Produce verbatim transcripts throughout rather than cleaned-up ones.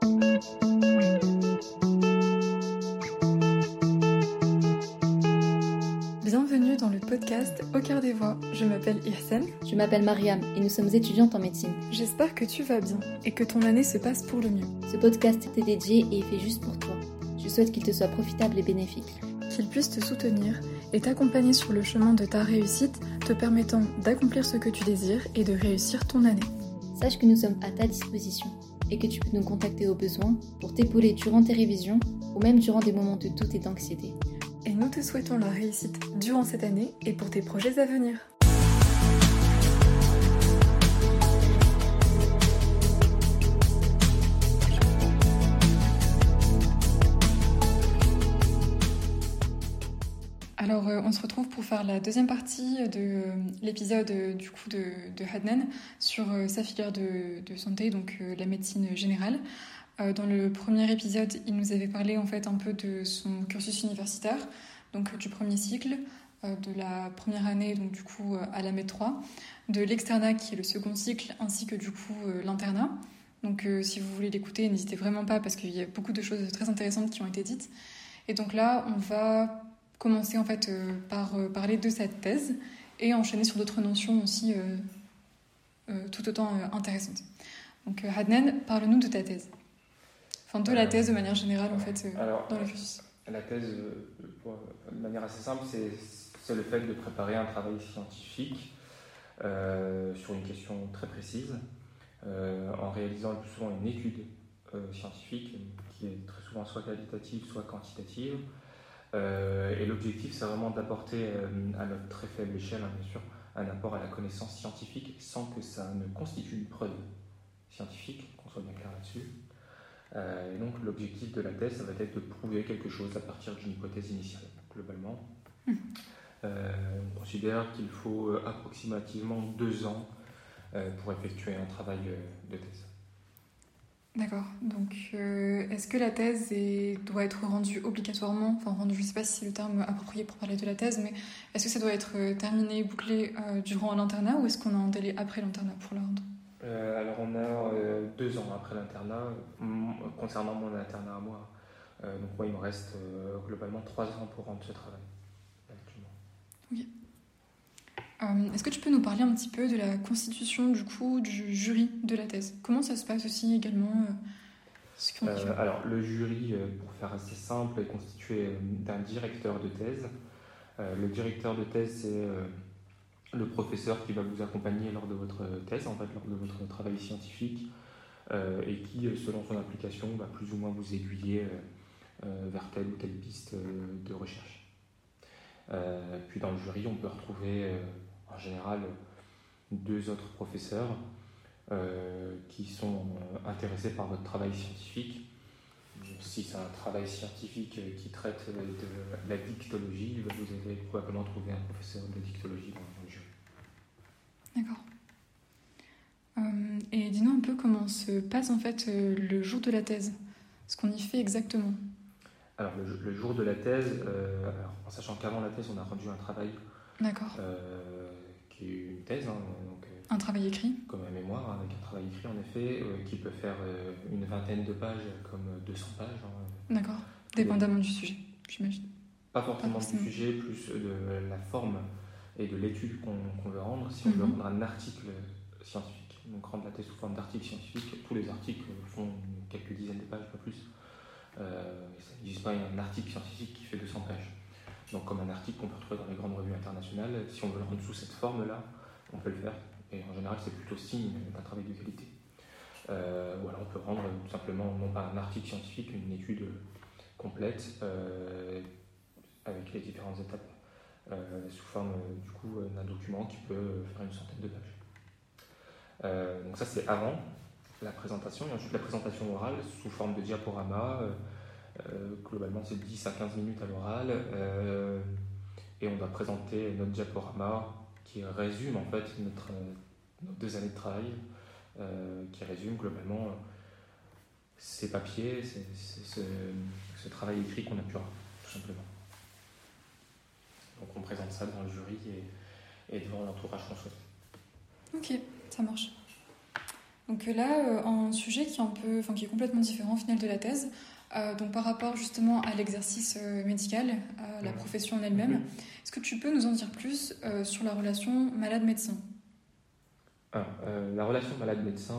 Bienvenue dans le podcast Au cœur des voix. Je m'appelle Ihsen. Je m'appelle Mariam et nous sommes étudiantes en médecine. J'espère que tu vas bien et que ton année se passe pour le mieux. Ce podcast t'est dédié et est fait juste pour toi. Je souhaite qu'il te soit profitable et bénéfique. Qu'il puisse te soutenir et t'accompagner sur le chemin de ta réussite, te permettant d'accomplir ce que tu désires et de réussir ton année. Sache que nous sommes à ta disposition et que tu peux nous contacter au besoin pour t'épauler durant tes révisions ou même durant des moments de doute et d'anxiété. Et nous te souhaitons la réussite durant cette année et pour tes projets à venir. Alors euh, on se retrouve pour faire la deuxième partie de euh, l'épisode euh, du coup de, de Hadnan sur euh, sa filière de, de santé, donc euh, la médecine générale. Euh, dans le premier épisode, il nous avait parlé en fait un peu de son cursus universitaire, donc euh, du premier cycle, euh, de la première année donc du coup euh, à la Med trois, de l'externat qui est le second cycle, ainsi que du coup euh, l'internat. Donc euh, si vous voulez l'écouter, n'hésitez vraiment pas parce qu'il y a beaucoup de choses très intéressantes qui ont été dites. Et donc là, on va commencer en fait euh, par euh, parler de cette thèse et enchaîner sur d'autres notions aussi euh, euh, tout autant euh, intéressantes. Donc euh, Hadnan, parle-nous de ta thèse. Enfin, de la thèse de manière générale, en fait, euh, Alors, dans le cursus. La thèse, euh, pour, de manière assez simple, c'est, c'est le fait de préparer un travail scientifique euh, sur une question très précise, euh, en réalisant le plus souvent une étude euh, scientifique qui est très souvent soit qualitative, soit quantitative. Euh, et l'objectif, c'est vraiment d'apporter, euh, à notre très faible échelle, hein, bien sûr, un apport à la connaissance scientifique sans que ça ne constitue une preuve scientifique, qu'on soit bien clair là-dessus. Euh, et donc l'objectif de la thèse, ça va être de prouver quelque chose à partir d'une hypothèse initiale, globalement. Mmh. Euh, on considère qu'il faut euh, approximativement deux ans euh, pour effectuer un travail euh, de thèse. D'accord. Donc euh, est-ce que la thèse est, doit être rendue obligatoirement, enfin rendue, je ne sais pas si c'est le terme approprié pour parler de la thèse, mais est-ce que ça doit être terminé, bouclé euh, durant l'internat ou est-ce qu'on a un délai après l'internat pour la rendre ? Euh, alors on a euh, deux ans après l'internat, m- concernant mon internat à moi. Euh, donc moi il me reste euh, globalement trois ans pour rendre ce travail. Ok. Euh, est-ce que tu peux nous parler un petit peu de la constitution du coup du jury de la thèse ? Comment ça se passe aussi également euh, ce qu'on euh, Alors le jury, euh, pour faire assez simple, est constitué d'un directeur de thèse. Euh, le directeur de thèse c'est euh, le professeur qui va vous accompagner lors de votre thèse, en fait, lors de votre travail scientifique, euh, et qui, selon son application, va plus ou moins vous aiguiller euh, vers telle ou telle piste euh, de recherche. Euh, puis dans le jury, on peut retrouver euh, en général deux autres professeurs euh, qui sont euh, intéressés par votre travail scientifique. Si c'est un travail scientifique qui traite de la dictologie, vous allez probablement trouver un professeur de dictologie dans le jury. D'accord. Euh, et dis-nous un peu comment se passe en fait euh, le jour de la thèse, ce qu'on y fait exactement. Alors le, le jour de la thèse, euh, alors, en sachant qu'avant la thèse, on a rendu un travail D'accord. Euh, qui est une thèse, hein, donc, un travail écrit. Comme un mémoire, avec un travail écrit en effet, euh, qui peut faire euh, une vingtaine de pages, comme deux cents pages. Hein. D'accord, dépendamment du sujet, j'imagine. Pas forcément Pas du sujet, plus de la forme et de l'étude qu'on, qu'on veut rendre. Si on mm-hmm. veut rendre un article scientifique, donc rendre la thèse sous forme d'article scientifique, tous les articles font quelques dizaines de pages, pas plus. Euh, ça n'existe pas un article scientifique qui fait deux cents pages. Donc comme un article qu'on peut retrouver dans les grandes revues internationales, si on veut le rendre sous cette forme-là, on peut le faire. Et en général, c'est plutôt signe d'un travail de qualité. Euh, voilà, on peut rendre tout simplement, non pas un article scientifique, une étude complète, euh, avec les différentes étapes, euh, sous forme du coup d'un document qui peut faire une centaine de pages. Euh, donc ça, c'est avant la présentation. Et ensuite, la présentation orale, sous forme de diaporama. Euh, euh, globalement, c'est dix à quinze minutes à l'oral. Euh, et on va présenter notre diaporama qui résume en fait notre, nos deux années de travail, euh, qui résume globalement euh, ces papiers, c'est, c'est ce, ce travail écrit qu'on a pu avoir, tout simplement. Donc on présente ça devant le jury et, et devant l'entourage qu'on souhaite. Ok, ça marche. Donc là, un sujet qui est, un peu, enfin, qui est complètement différent au final de la thèse, euh, donc par rapport justement à l'exercice médical, à la profession en elle-même, mmh. Est-ce que tu peux nous en dire plus euh, sur la relation malade-médecin ? ah, euh, La relation malade-médecin,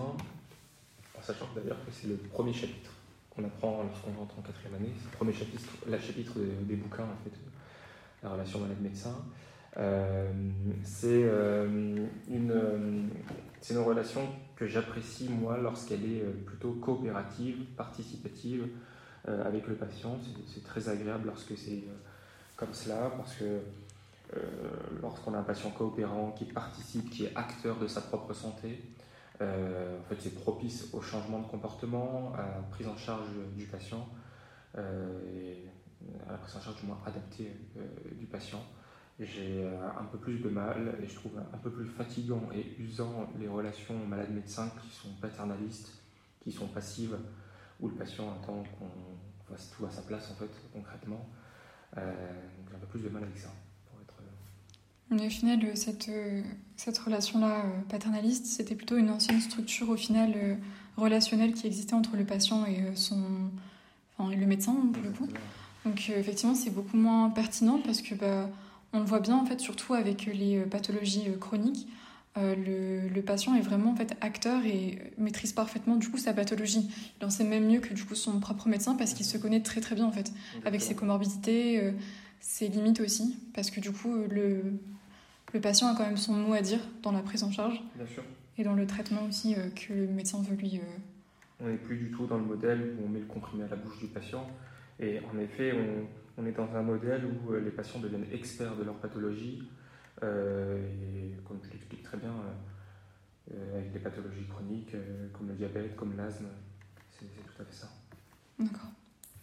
en sachant que d'ailleurs que c'est le premier chapitre qu'on apprend lorsqu'on rentre en quatrième année, c'est le premier chapitre, le chapitre des bouquins en fait, la relation malade-médecin. Euh, c'est, euh, une, euh, c'est une relation que j'apprécie moi lorsqu'elle est plutôt coopérative, participative euh, avec le patient. C'est, c'est très agréable lorsque c'est euh, comme cela, parce que euh, lorsqu'on a un patient coopérant qui participe, qui est acteur de sa propre santé, euh, en fait c'est propice au changement de comportement, à la prise en charge du patient euh, et à la prise en charge du moins adaptée euh, du patient. J'ai un peu plus de mal et je trouve un peu plus fatigant et usant les relations malade-médecin qui sont paternalistes, qui sont passives, où le patient attend qu'on fasse tout à sa place en fait, concrètement. Euh, donc j'ai un peu plus de mal avec ça. Pour être... Mais au final, cette, cette relation-là paternaliste, c'était plutôt une ancienne structure au final euh, relationnelle qui existait entre le patient et, son, enfin, et le médecin pour le coup. Donc euh, effectivement, c'est beaucoup moins pertinent parce que bah, on le voit bien, en fait, surtout avec les pathologies chroniques. Euh, le, le patient est vraiment en fait, acteur et maîtrise parfaitement du coup, sa pathologie. Il en sait même mieux que du coup, son propre médecin parce qu'il se connaît très très bien en fait, avec ses comorbidités, euh, ses limites aussi. Parce que du coup, le, le patient a quand même son mot à dire dans la prise en charge. Bien sûr. Et dans le traitement aussi euh, que le médecin veut lui... Euh... On n'est plus du tout dans le modèle où on met le comprimé à la bouche du patient. Et en effet, on, on est dans un modèle où les patients deviennent experts de leur pathologie. Euh, et comme je l'explique très bien, euh, avec des pathologies chroniques euh, comme le diabète, comme l'asthme, c'est, c'est tout à fait ça. D'accord.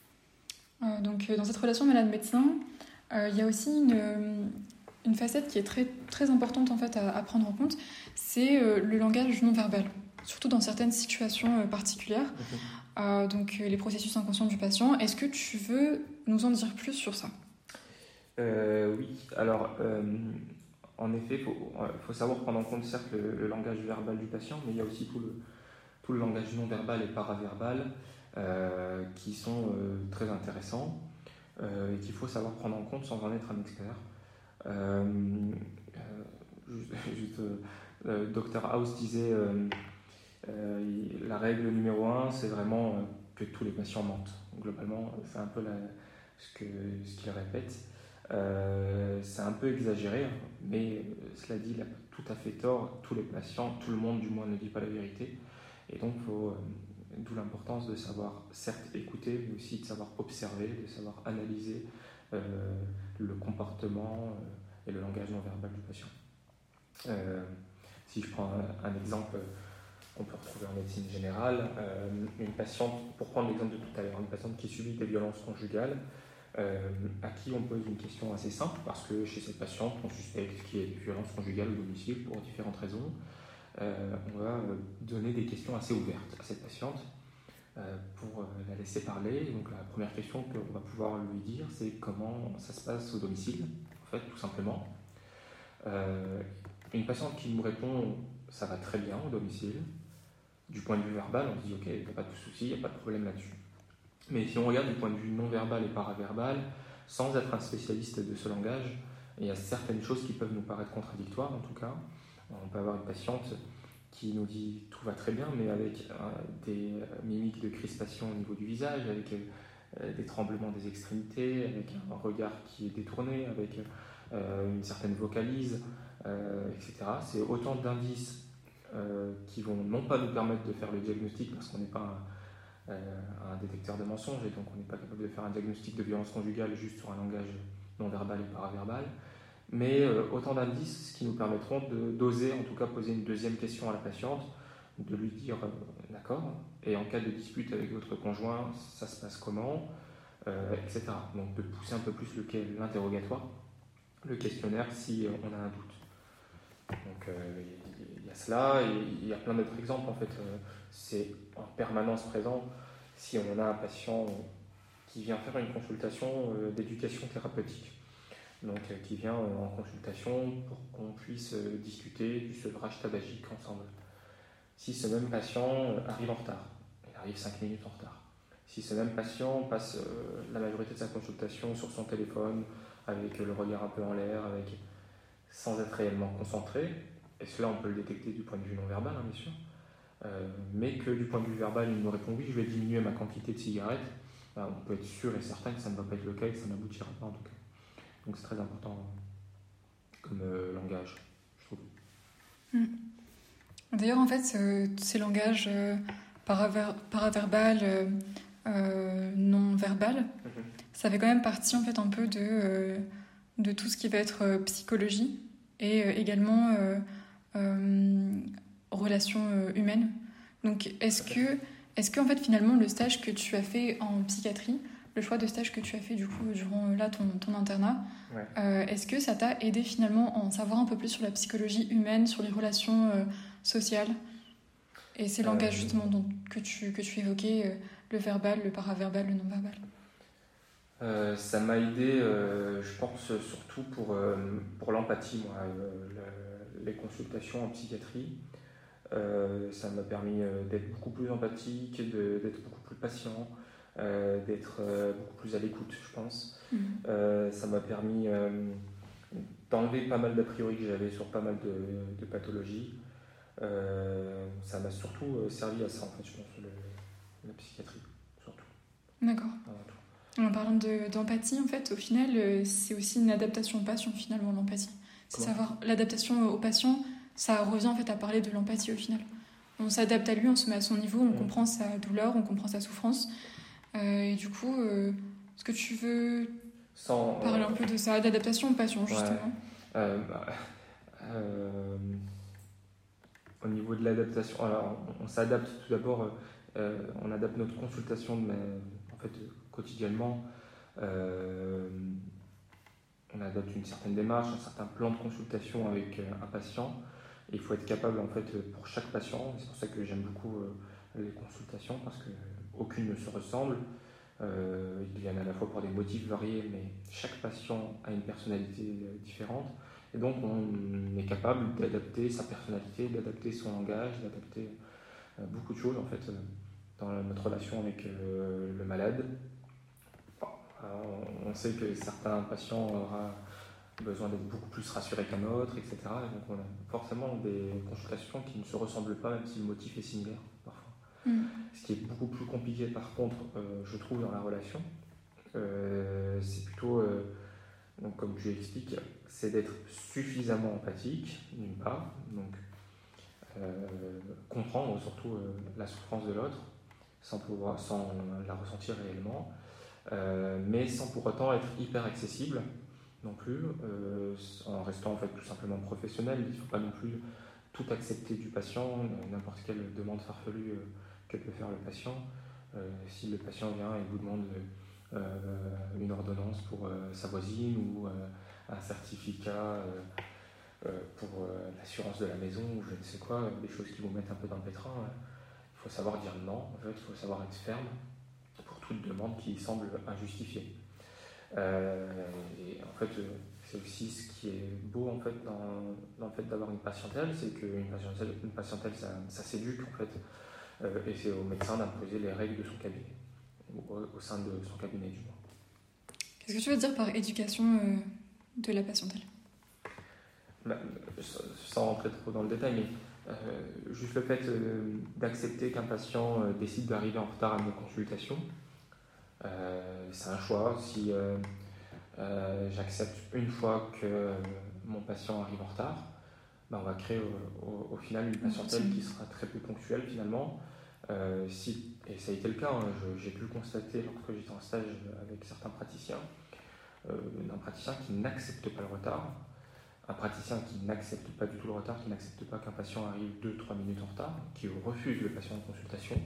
Euh, donc, dans cette relation malade-médecin, euh, il y a aussi une, une facette qui est très, très importante en fait, à, à prendre en compte, c'est euh, le langage non-verbal, surtout dans certaines situations euh, particulières. Okay. Euh, donc les processus inconscients du patient. Est-ce que tu veux nous en dire plus sur ça ? euh, Oui, alors euh, en effet, il faut, faut savoir prendre en compte certes le, le langage verbal du patient, mais il y a aussi tout le, tout le langage non verbal et paraverbal euh, qui sont euh, très intéressants euh, et qu'il faut savoir prendre en compte sans en être un expert. Euh, euh, juste, juste euh, Docteur House disait euh, Euh, la règle numéro un, c'est vraiment euh, que tous les patients mentent. Donc, globalement, c'est un peu la, ce, que, ce qu'il répète. Euh, c'est un peu exagéré, hein, mais euh, cela dit, il a tout à fait tort. Tous les patients, tout le monde du moins ne dit pas la vérité. Et donc, faut, euh, d'où l'importance de savoir, certes, écouter, mais aussi de savoir observer, de savoir analyser euh, le comportement euh, et le langage non verbal du patient. Euh, si je prends un, un exemple qu'on peut retrouver en médecine générale, euh, une patiente, pour prendre l'exemple de tout à l'heure, une patiente qui subit des violences conjugales, euh, à qui on pose une question assez simple, parce que chez cette patiente, on suspecte qu'il y ait des violences conjugales au domicile pour différentes raisons. Euh, on va donner des questions assez ouvertes à cette patiente euh, pour la laisser parler. Et donc la première question qu'on va pouvoir lui dire, c'est comment ça se passe au domicile, en fait, tout simplement. Euh, une patiente qui nous répond « ça va très bien au domicile », du point de vue verbal, on se dit ok, il n'y a pas de souci, il n'y a pas de problème là-dessus. Mais si on regarde du point de vue non-verbal et paraverbal, sans être un spécialiste de ce langage, il y a certaines choses qui peuvent nous paraître contradictoires en tout cas. On peut avoir une patiente qui nous dit tout va très bien, mais avec euh, des mimiques de crispation au niveau du visage, avec euh, des tremblements des extrémités, avec un regard qui est détourné, avec euh, une certaine vocalise, euh, et cetera. C'est autant d'indices Euh, qui vont non pas nous permettre de faire le diagnostic parce qu'on n'est pas un, euh, un détecteur de mensonges et donc on n'est pas capable de faire un diagnostic de violence conjugale juste sur un langage non verbal et paraverbal, mais euh, autant d'indices qui nous permettront de, d'oser en tout cas poser une deuxième question à la patiente, de lui dire euh, d'accord, et en cas de dispute avec votre conjoint, ça se passe comment, euh, et cetera. Donc de pousser un peu plus le, l'interrogatoire, le questionnaire si on a un doute. Donc euh, il y a cela et il y a plein d'autres exemples en fait. Euh, c'est en permanence présent. Si on a un patient qui vient faire une consultation euh, d'éducation thérapeutique, donc euh, qui vient euh, en consultation pour qu'on puisse euh, discuter du sevrage tabagique ensemble. Si ce même patient arrive en retard, il arrive cinq minutes en retard. Si ce même patient passe euh, la majorité de sa consultation sur son téléphone, avec le regard un peu en l'air, avec, sans être réellement concentré, et cela on peut le détecter du point de vue non verbal, hein, bien sûr, euh, mais que du point de vue verbal il nous répond oui, je vais diminuer ma quantité de cigarettes, ben, on peut être sûr et certain que ça ne va pas être le cas et que ça n'aboutira pas en tout cas. Donc c'est très important comme euh, langage, je trouve. Mmh. D'ailleurs, en fait, ce, ces langages euh, paraver- paraverbal, euh, euh, non verbal, mmh. ça fait quand même partie en fait un peu de, euh, de tout ce qui va être euh, psychologie et euh, également euh, euh, relations euh, humaines. Donc, est-ce que, est-ce que en fait finalement le stage que tu as fait en psychiatrie, le choix de stage que tu as fait du coup durant là ton, ton internat, ouais. euh, est-ce que ça t'a aidé finalement à en savoir un peu plus sur la psychologie humaine, sur les relations euh, sociales et ces langages euh, justement dont, que, tu, que tu évoquais, euh, le verbal, le paraverbal, le non-verbal? euh, Ça m'a aidé, euh, je pense surtout pour, euh, pour l'empathie, moi, euh, le, les consultations en psychiatrie. Euh, ça m'a permis euh, d'être beaucoup plus empathique, de, d'être beaucoup plus patient. Euh, d'être euh, beaucoup plus à l'écoute, je pense. Mmh. Euh, ça m'a permis euh, d'enlever pas mal d'a priori que j'avais sur pas mal de, de pathologies. Euh, ça m'a surtout servi à ça, en fait, je pense, le, la psychiatrie, surtout. D'accord. En parlant de, d'empathie, en fait, au final, c'est aussi une adaptation au patient, finalement, l'empathie. C'est Comment savoir, l'adaptation au patient, ça revient en fait à parler de l'empathie, au final. On s'adapte à lui, on se met à son niveau, on mmh. comprend sa douleur, on comprend sa souffrance. Euh, et du coup, euh, est-ce que tu veux Sans, parler euh, un peu de ça, d'adaptation aux patients, justement? Ouais. euh, bah, euh, Au niveau de l'adaptation, alors on, on s'adapte tout d'abord, euh, on adapte notre consultation mais, en fait, quotidiennement. Euh, on adapte une certaine démarche, un certain plan de consultation avec un patient. Et il faut être capable, en fait, pour chaque patient, c'est pour ça que j'aime beaucoup euh, les consultations, parce qu'aucune ne se ressemble. Euh, ils viennent à la fois pour des motifs variés, mais chaque patient a une personnalité différente. Et donc, on est capable d'adapter sa personnalité, d'adapter son langage, d'adapter euh, beaucoup de choses, en fait, euh, dans notre relation avec euh, le malade. Bon, euh, on sait que certains patients auront besoin d'être beaucoup plus rassurés qu'un autre, et cetera. Et donc, on a forcément des consultations qui ne se ressemblent pas, même si le motif est similaire, parfois. Mmh. Ce qui est beaucoup plus compliqué, par contre, euh, je trouve, dans la relation, euh, c'est plutôt, euh, donc, comme tu expliques, c'est d'être suffisamment empathique, d'une part, donc euh, comprendre surtout euh, la souffrance de l'autre, sans, pouvoir, sans la ressentir réellement, euh, mais sans pour autant être hyper accessible non plus, euh, en restant en fait tout simplement professionnel. Il ne faut pas non plus tout accepter du patient, n'importe quelle demande farfelue euh, que peut faire le patient. Euh, si le patient vient et vous demande euh, une ordonnance pour euh, sa voisine ou euh, un certificat euh, euh, pour euh, l'assurance de la maison ou je ne sais quoi, des choses qui vous mettent un peu dans le pétrin, il euh, faut savoir dire non, en fait, il faut savoir être ferme pour toute demande qui semble injustifiée. Euh, et en fait, c'est aussi ce qui est beau en fait dans, dans le fait d'avoir une patientèle, c'est qu'une patientèle, une patientèle ça, ça s'éduque en fait, euh, et c'est au médecin d'imposer les règles de son cabinet, au, au sein de son cabinet du moins. Qu'est-ce que tu veux dire par éducation euh, de la patientèle? Bah, sans rentrer trop dans le détail, mais euh, juste le fait euh, d'accepter qu'un patient euh, décide d'arriver en retard à nos consultations. Euh, c'est un choix. Si euh, euh, j'accepte une fois que euh, mon patient arrive en retard, ben on va créer au, au, au final une patientèle qui sera très peu ponctuelle finalement. Euh, si, et ça a été le cas, hein, je, j'ai pu le constater lorsque j'étais en stage avec certains praticiens, euh, un praticien qui n'accepte pas le retard, un praticien qui n'accepte pas du tout le retard, qui n'accepte pas qu'un patient arrive deux à trois minutes en retard, qui refuse le patient en consultation.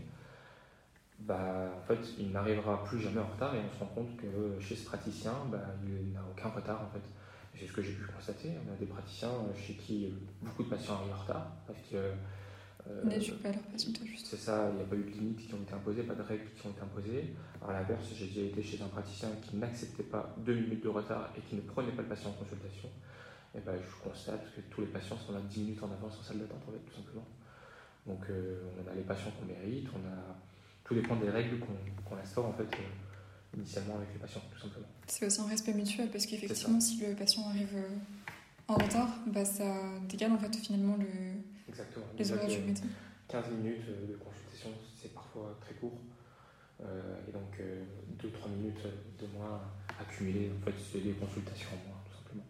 Bah, en fait, il n'arrivera plus jamais en retard et on se rend compte que chez ce praticien, bah, il n'a aucun retard en fait. C'est ce que j'ai pu constater. On a des praticiens chez qui beaucoup de patients arrivent en retard parce que euh, n'éduquent pas leurs patients, juste. C'est ça, il n'y a pas eu de limites qui ont été imposées, pas de règles qui ont été imposées. Alors à l'inverse, j'ai déjà été chez un praticien qui n'acceptait pas deux minutes de retard et qui ne prenait pas le patient en consultation. Et bah, je constate que tous les patients sont là dix minutes en avance en salle d'attente, en fait, tout simplement. Donc euh, on a les patients qu'on mérite, on a... tout dépend des règles qu'on, qu'on instaure en fait, euh, initialement avec les patients, tout simplement. C'est aussi un respect mutuel, parce qu'effectivement, si le patient arrive euh, en retard, bah, ça décale en fait finalement le... Exactement. les horaires du médecin. quinze minutes de consultation, c'est parfois très court. Euh, et donc euh, deux à trois minutes de moins accumulées, en fait, c'est des consultations en moins, tout simplement.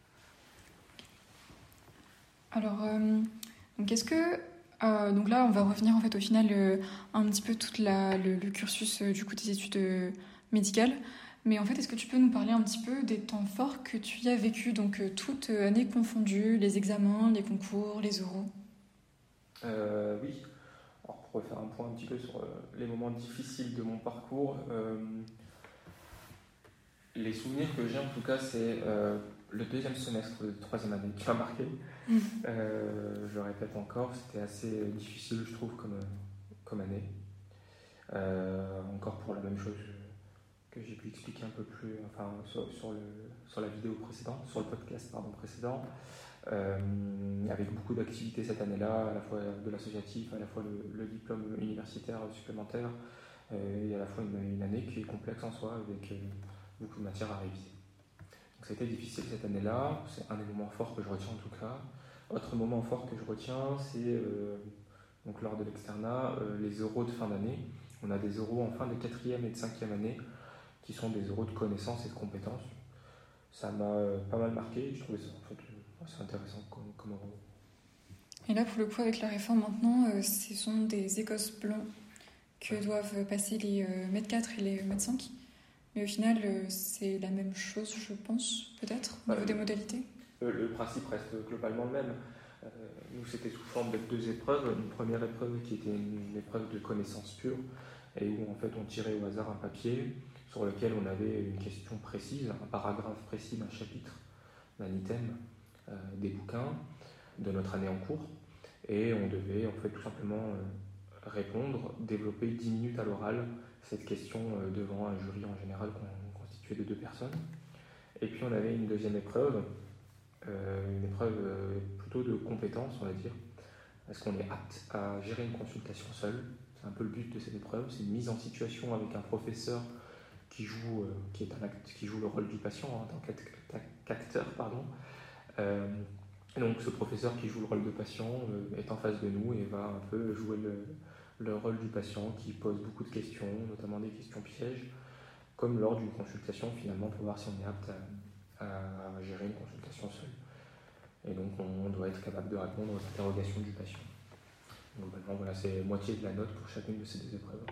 Alors, euh, donc est-ce que... Euh, donc là, on va revenir en fait au final euh, un petit peu tout la, le, le cursus euh, du coup des études euh, médicales. Mais en fait, est-ce que tu peux nous parler un petit peu des temps forts que tu y as vécu, donc euh, toutes années confondues, les examens, les concours, les oraux? euh, Oui. Alors pour refaire un point un petit peu sur euh, les moments difficiles de mon parcours, euh, les souvenirs que j'ai en tout cas, c'est euh, le deuxième semestre de troisième année qui m'a marqué. Mmh. Euh, je le répète encore, c'était assez difficile, je trouve, comme, comme année. Euh, encore pour la même chose que j'ai pu expliquer un peu plus, enfin, sur, sur, le, sur la vidéo précédente, sur le podcast pardon, précédent. Euh, avec beaucoup d'activités cette année-là, à la fois de l'associatif, à la fois le, le diplôme universitaire supplémentaire, euh, et à la fois une, une année qui est complexe en soi, avec euh, beaucoup de matière à réviser. Donc ça a été difficile cette année-là, c'est un des moments forts que je retiens en tout cas. Autre moment fort que je retiens, c'est euh, donc lors de l'externat, euh, les oraux de fin d'année. On a des oraux en fin de quatrième et de cinquième année, qui sont des oraux de connaissances et de compétences. Ça m'a euh, pas mal marqué, je trouvais ça en fait, c'est intéressant comme, comme oraux. Et là, pour le coup, avec la réforme maintenant, euh, ce sont des écosses blancs que ouais. doivent passer les euh, mètres quatre et les mètres cinq. Mais au final, euh, c'est la même chose, je pense, peut-être, au niveau euh, des modalités. Le, le principe reste globalement le même. Euh, nous, c'était sous forme de deux épreuves. Une première épreuve qui était une épreuve de connaissances pures, et où en fait on tirait au hasard un papier sur lequel on avait une question précise, un paragraphe précis d'un chapitre, d'un item, euh, des bouquins de notre année en cours, et on devait en fait tout simplement euh, répondre, développer dix minutes à l'oral cette question euh, devant un jury en général constitué de deux personnes. Et puis on avait une deuxième épreuve, euh, une épreuve euh, plutôt de compétences, on va dire. Est-ce qu'on est apte à gérer une consultation seul? C'est un peu le but de cette épreuve, c'est une mise en situation avec un professeur qui joue, euh, qui est un acte, qui joue le rôle du patient hein, en tant qu'acteur, pardon. Euh, donc ce professeur qui joue le rôle de patient euh, est en face de nous et va un peu jouer le, le rôle du patient qui pose beaucoup de questions, notamment des questions pièges, comme lors d'une consultation finalement pour voir si on est apte à, à gérer une consultation seule. Et donc on doit être capable de répondre aux interrogations du patient. Globalement, voilà, c'est moitié de la note pour chacune de ces deux épreuves.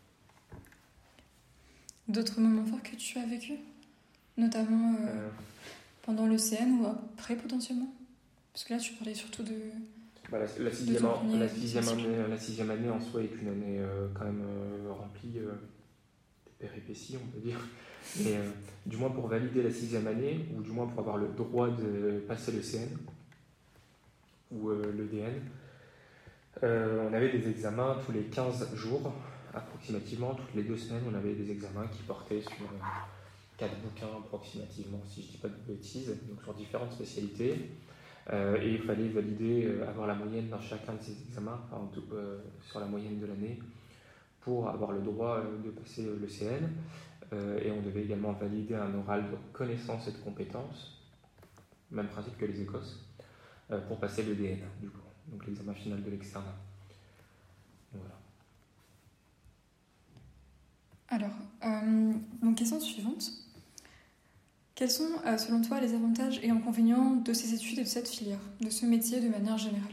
D'autres moments forts que tu as vécu, notamment euh, euh... pendant l'E C N ou après potentiellement? Parce que là, tu parlais surtout de... Bah, la, la, sixième, an, la, sixième année, la sixième année en soi est une année euh, quand même euh, remplie euh, de péripéties, on peut dire. Mais euh, du moins pour valider la sixième année, ou du moins pour avoir le droit de passer le C N ou euh, l'E D N, euh, on avait des examens tous les quinze jours, approximativement. Toutes les deux semaines, on avait des examens qui portaient sur euh, quatre bouquins approximativement, si je ne dis pas de bêtises, donc sur différentes spécialités. Euh, et il fallait valider, euh, avoir la moyenne dans chacun de ces examens, enfin, de, euh, sur la moyenne de l'année, pour avoir le droit euh, de passer euh, le C N. Euh, et on devait également valider un oral de connaissances et de compétences, même principe que les Écosses, euh, pour passer le D N, du coup, donc l'examen final de l'externat. Voilà. Alors, euh, donc question suivante. Quels sont, euh, selon toi, les avantages et inconvénients de ces études et de cette filière, de ce métier de manière générale?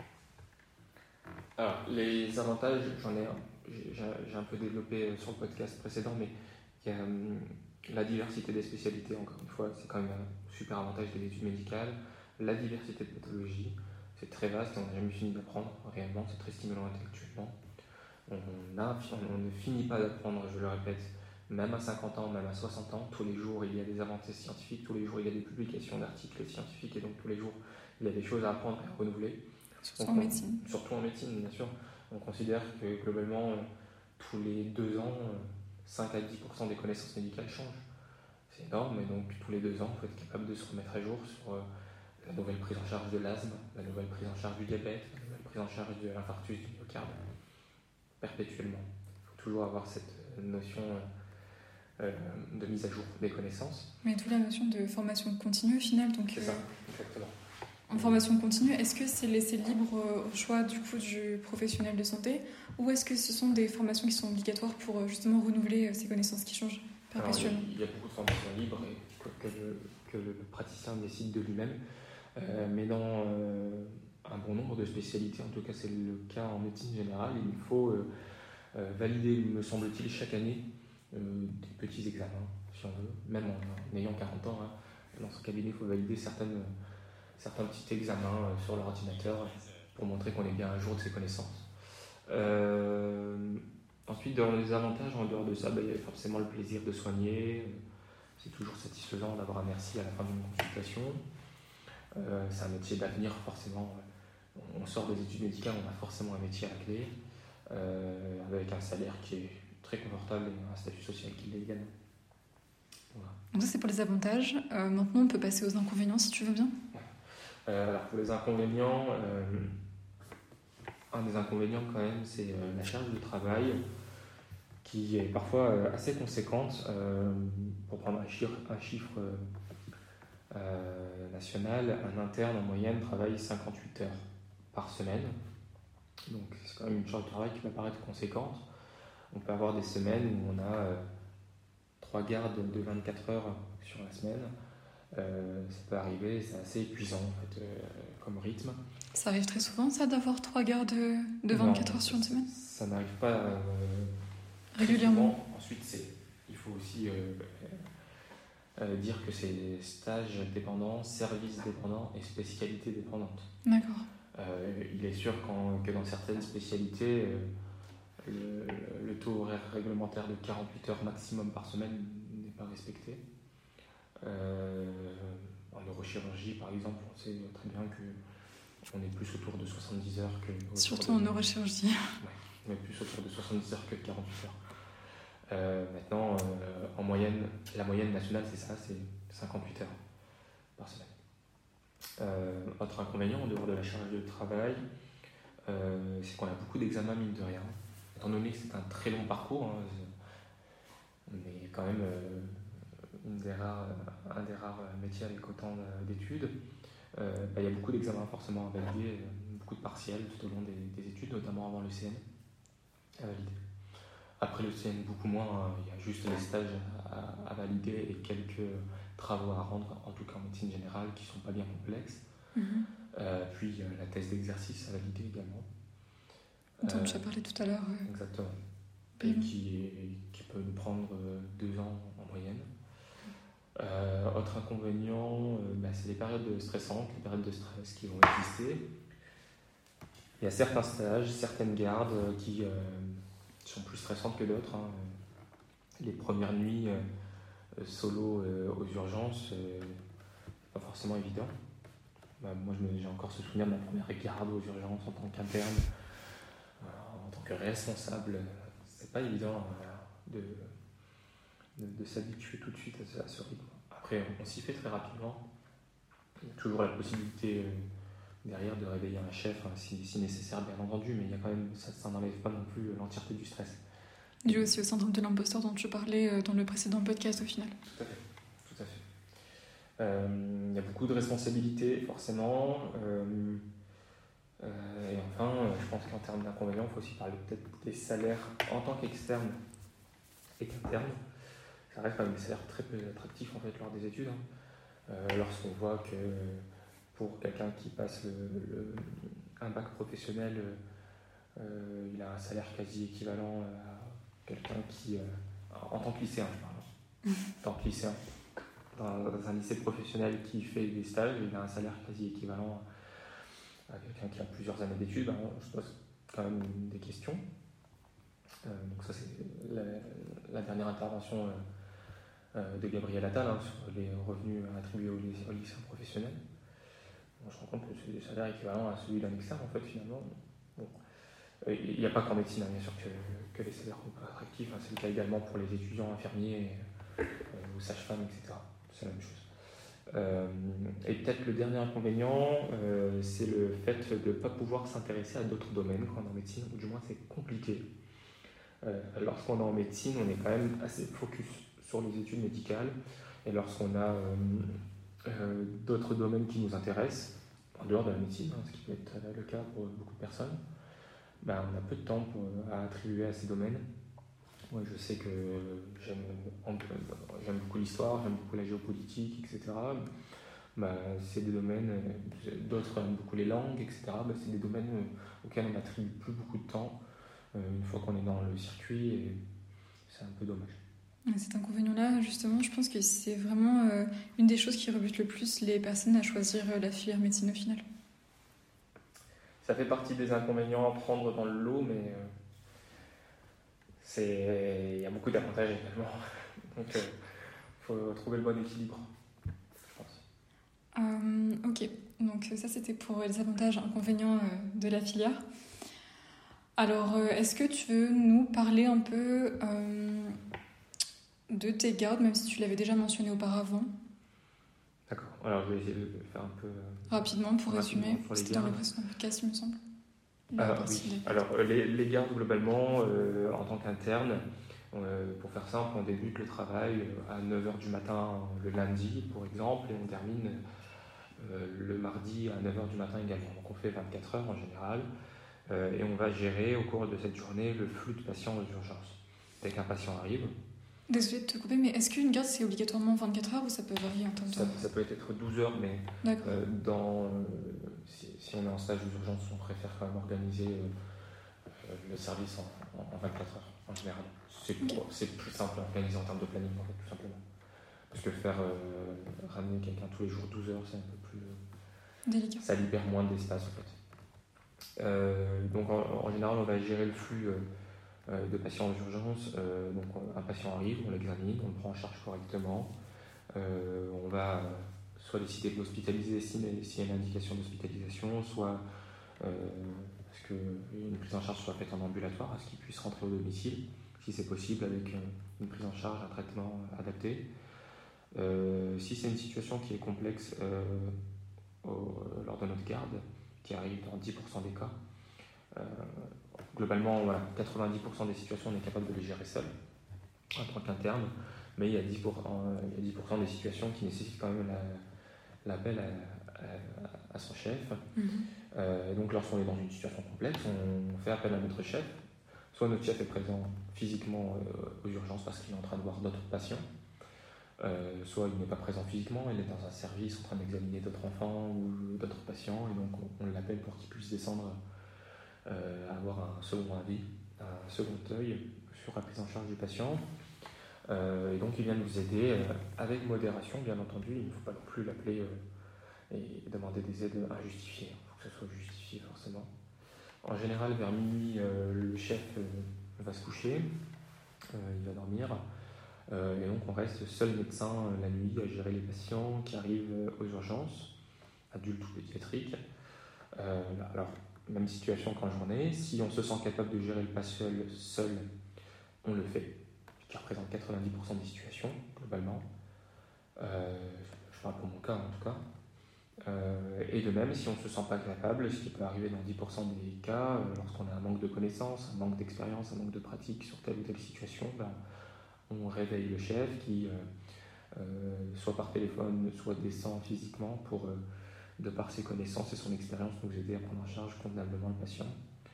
Alors, les avantages, j'en ai un. J'ai, j'ai un peu développé sur le podcast précédent, mais il y a hum, la diversité des spécialités, encore une fois, c'est quand même un super avantage des études médicales. La diversité de pathologies, c'est très vaste et on n'a jamais fini d'apprendre, réellement, c'est très stimulant intellectuellement. On, a, on ne finit pas d'apprendre, je le répète, même à cinquante ans, même à soixante ans, tous les jours il y a des avancées scientifiques, tous les jours il y a des publications d'articles scientifiques et donc tous les jours il y a des choses à apprendre et à renouveler. Surtout donc, en on, médecine. Surtout en médecine, bien sûr. On considère que globalement, tous les deux ans, cinq à dix pour cent des connaissances médicales changent. C'est énorme et donc tous les deux ans, il faut être capable de se remettre à jour sur la nouvelle prise en charge de l'asthme, la nouvelle prise en charge du diabète, la nouvelle prise en charge de l'infarctus du myocarde, perpétuellement. Il faut toujours avoir cette notion euh, de mise à jour des connaissances. Mais d'où la notion de formation continue au final. Donc, c'est euh, ça, exactement. En formation continue, est-ce que c'est laissé libre au choix du coup du professionnel de santé, ou est-ce que ce sont des formations qui sont obligatoires pour justement renouveler ces connaissances qui changent perpétuellement? Alors, il y a beaucoup de formations libres et que le, que le praticien décide de lui-même, euh, mais dans euh, un bon nombre de spécialités, en tout cas c'est le cas en médecine générale, il faut euh, euh, valider, me semble-t-il, chaque année euh, des petits examens, si on veut, même en, en ayant quarante ans. Hein, dans ce cabinet, il faut valider certaines, certains petits examens euh, sur l'ordinateur pour montrer qu'on est bien à jour de ses connaissances. Euh, ensuite, dans les avantages, en dehors de ça, bah, il y a forcément le plaisir de soigner. C'est toujours satisfaisant d'avoir un merci à la fin d'une consultation. Euh, c'est un métier d'avenir, forcément. On sort des études médicales, on a forcément un métier à la clé, euh, avec un salaire qui est très confortable et un statut social qui l'est également. Voilà. Donc ça, c'est pour les avantages. Euh, maintenant, on peut passer aux inconvénients, si tu veux bien. Euh, alors, pour les inconvénients, euh, un des inconvénients, quand même, c'est euh, la charge de travail, qui est parfois euh, assez conséquente. Euh, pour prendre un chiffre, un chiffre euh, national, un interne en moyenne travaille cinquante-huit heures par semaine. Donc c'est quand même une charge de travail qui peut paraître conséquente. On peut avoir des semaines où on a euh, trois gardes de vingt-quatre heures sur la semaine. Euh, ça peut arriver, c'est assez épuisant en fait, euh, comme rythme. Ça arrive très souvent, ça, d'avoir trois gardes de, de vingt-quatre non, heures sur une semaine? Ça n'arrive pas euh, régulièrement. Souvent. Ensuite, c'est, il faut aussi euh, euh, dire que c'est stage dépendant, service dépendant et spécialité dépendante. D'accord. Euh, il est sûr qu'en, que dans certaines spécialités, euh, le, le taux horaire réglementaire de quarante-huit heures maximum par semaine n'est pas respecté. Euh, en neurochirurgie, par exemple, on sait très bien qu'on est plus autour de soixante-dix heures que... Surtout de, en neurochirurgie. Ouais, on est plus autour de soixante-dix heures que de quarante-huit heures. Euh, maintenant, euh, en moyenne, la moyenne nationale, c'est ça, c'est cinquante-huit heures par semaine. Euh, autre inconvénient, en dehors de la charge de travail, euh, c'est qu'on a beaucoup d'examens, mine de rien. Étant donné que c'est un très long parcours, hein, on est quand même euh, une des rares, un des rares métiers avec autant d'études. Euh, bah, il y a beaucoup d'examens forcément à valider, beaucoup de partiels tout au long des, des études, notamment avant le C N à valider. Après le C N, beaucoup moins, hein, il y a juste les stages à, à valider et quelques travaux à rendre, en tout cas en médecine générale, qui ne sont pas bien complexes. Mm-hmm. Euh, puis euh, la thèse d'exercice à valider également. Dont euh, tu as parlé tout à l'heure. Euh... Exactement. Et mmh. qui, est, qui peut nous prendre euh, deux ans en moyenne. Euh, autre inconvénient, euh, bah, c'est les périodes stressantes, les périodes de stress qui vont exister. Il y a certains stages, certaines gardes euh, qui euh, sont plus stressantes que d'autres. Hein. Les premières nuits euh, solo euh, aux urgences, euh, pas forcément évident. Bah, moi, je me, j'ai encore ce souvenir de ma première garde aux urgences en tant qu'interne, euh, en tant que responsable. C'est pas évident euh, de, de, de s'habituer tout de suite à ce, à ce rythme. Après, on, on s'y fait très rapidement. Il y a toujours la possibilité euh, derrière de réveiller un chef, hein, si, si nécessaire, bien entendu, mais il y a quand même, ça, ça n'enlève pas non plus l'entièreté du stress. Dû aussi au syndrome de l'imposteur dont tu parlais dans le précédent podcast au final. Tout à fait, tout à fait. Euh, il y a beaucoup de responsabilités, forcément. Euh, euh, et enfin, je pense qu'en termes d'inconvénients, il faut aussi parler peut-être des salaires en tant qu'externe et qu'interne. Ça reste quand même des salaires très peu attractifs en fait, lors des études. Hein. Euh, lorsqu'on voit que pour quelqu'un qui passe le, le, un bac professionnel, euh, il a un salaire quasi équivalent à quelqu'un qui, euh, en tant que lycéen, je parle, en tant que lycéen, dans, dans un lycée professionnel qui fait des stages, il a un salaire quasi équivalent à quelqu'un qui a plusieurs années d'études. Ben, je pose quand même des questions. Euh, donc ça, c'est la, la dernière intervention euh, de Gabriel Attal hein, sur les revenus attribués aux lycéens, aux lycéens professionnels. Bon, je me rends compte que c'est des salaires équivalents à celui d'un externe, en fait, finalement. Bon. Il n'y a pas qu'en médecine, hein, bien sûr, que, que les salaires sont pas attractifs. Hein. C'est le cas également pour les étudiants infirmiers, euh, ou sages-femmes, et cetera. C'est la même chose. Euh, et peut-être le dernier inconvénient, euh, c'est le fait de ne pas pouvoir s'intéresser à d'autres domaines quand on est en médecine, ou du moins c'est compliqué. Euh, lorsqu'on est en médecine, on est quand même assez focus sur les études médicales, et lorsqu'on a euh, euh, d'autres domaines qui nous intéressent, en dehors de la médecine, hein, ce qui peut être le cas pour beaucoup de personnes, ben, on a peu de temps pour, à attribuer à ces domaines. Moi, je sais que j'aime, j'aime beaucoup l'histoire, j'aime beaucoup la géopolitique, et cetera. Ben, c'est des domaines, d'autres aiment beaucoup les langues, et cetera. Ben, c'est des domaines auxquels on n'attribue plus beaucoup de temps une fois qu'on est dans le circuit, et c'est un peu dommage. Cet inconvénient-là, justement, je pense que c'est vraiment euh, une des choses qui rebute le plus les personnes à choisir la filière médecine au final. Ça fait partie des inconvénients à prendre dans le lot, mais euh, c'est... il y a beaucoup d'avantages également. Donc il euh, faut trouver le bon équilibre, je pense. Euh, ok, donc ça c'était pour les avantages et inconvénients euh, de la filière. Alors, euh, est-ce que tu veux nous parler un peu euh, de tes gardes, même si tu l'avais déjà mentionné auparavant? D'accord, alors je vais essayer de faire un peu... Euh, rapidement, pour rapidement résumer, sur c'était dans le précédent podcast, il me semble. Euh, oui. Alors, les, les gardes, globalement, euh, en tant qu'interne, euh, pour faire simple, on débute le travail à neuf heures du matin le lundi, pour exemple, et on termine euh, le mardi à neuf heures du matin également. Donc, on fait vingt-quatre heures en général, euh, et on va gérer au cours de cette journée le flux de patients aux urgences. Dès qu'un patient arrive... Désolée de te couper, mais est-ce qu'une garde, c'est obligatoirement vingt-quatre heures ou ça peut varier en temps de ça, ça peut être douze heures, mais euh, dans, euh, si, si on est en stage aux urgences, on préfère quand même organiser euh, le service en, en vingt-quatre heures en général. C'est, okay. c'est plus simple à organiser en termes de planning, en fait, tout simplement. Parce que faire euh, ramener quelqu'un tous les jours douze heures, c'est un peu plus... délicat. Ça libère moins d'espace, en fait. Euh, donc en, en général, on va gérer le flux... Euh, de patients aux urgences. Euh, donc un patient arrive, on l'examine, on le prend en charge correctement. Euh, on va euh, soit décider de l'hospitaliser s'il y a une indication d'hospitalisation, soit euh, parce qu'une prise en charge soit faite en ambulatoire, à ce qu'il puisse rentrer au domicile, si c'est possible, avec une prise en charge, un traitement adapté. Euh, si c'est une situation qui est complexe euh, au, lors de notre garde, qui arrive dans dix pour cent des cas, euh, globalement, voilà, quatre-vingt-dix pour cent des situations, on est capable de les gérer seul, en tant qu'interne, mais il y a dix pour cent, il y a dix pour cent des situations qui nécessitent quand même la, l'appel à, à, à son chef. Mm-hmm. Euh, donc, lorsqu'on est dans une situation complexe, on fait appel à notre chef. Soit notre chef est présent physiquement euh, aux urgences parce qu'il est en train de voir d'autres patients, euh, soit il n'est pas présent physiquement, il est dans un service en train d'examiner d'autres enfants ou d'autres patients, et donc on, on l'appelle pour qu'il puisse descendre. Euh, avoir un second avis, un second œil sur la prise en charge du patient. Euh, et donc il vient nous aider euh, avec modération, bien entendu. Il ne faut pas non plus l'appeler euh, et demander des aides injustifiées. Il faut que ce soit justifié forcément. En général, vers minuit, euh, le chef euh, va se coucher, euh, il va dormir. Euh, et donc on reste seul médecin euh, la nuit à gérer les patients qui arrivent aux urgences, adultes ou pédiatriques. Euh, alors, même situation qu'en journée. Si on se sent capable de gérer le patient seul, seul, on le fait, ce qui représente quatre-vingt-dix pour cent des situations, globalement. Euh, je parle pour mon cas, en tout cas. Euh, et de même, si on ne se sent pas capable, ce qui peut arriver dans dix pour cent des cas, euh, lorsqu'on a un manque de connaissances, un manque d'expérience, un manque de pratique sur telle ou telle situation, ben, on réveille le chef qui, euh, euh, soit par téléphone, soit descend physiquement pour... Euh, de par ses connaissances et son expérience, nous aider à prendre en charge convenablement le patient.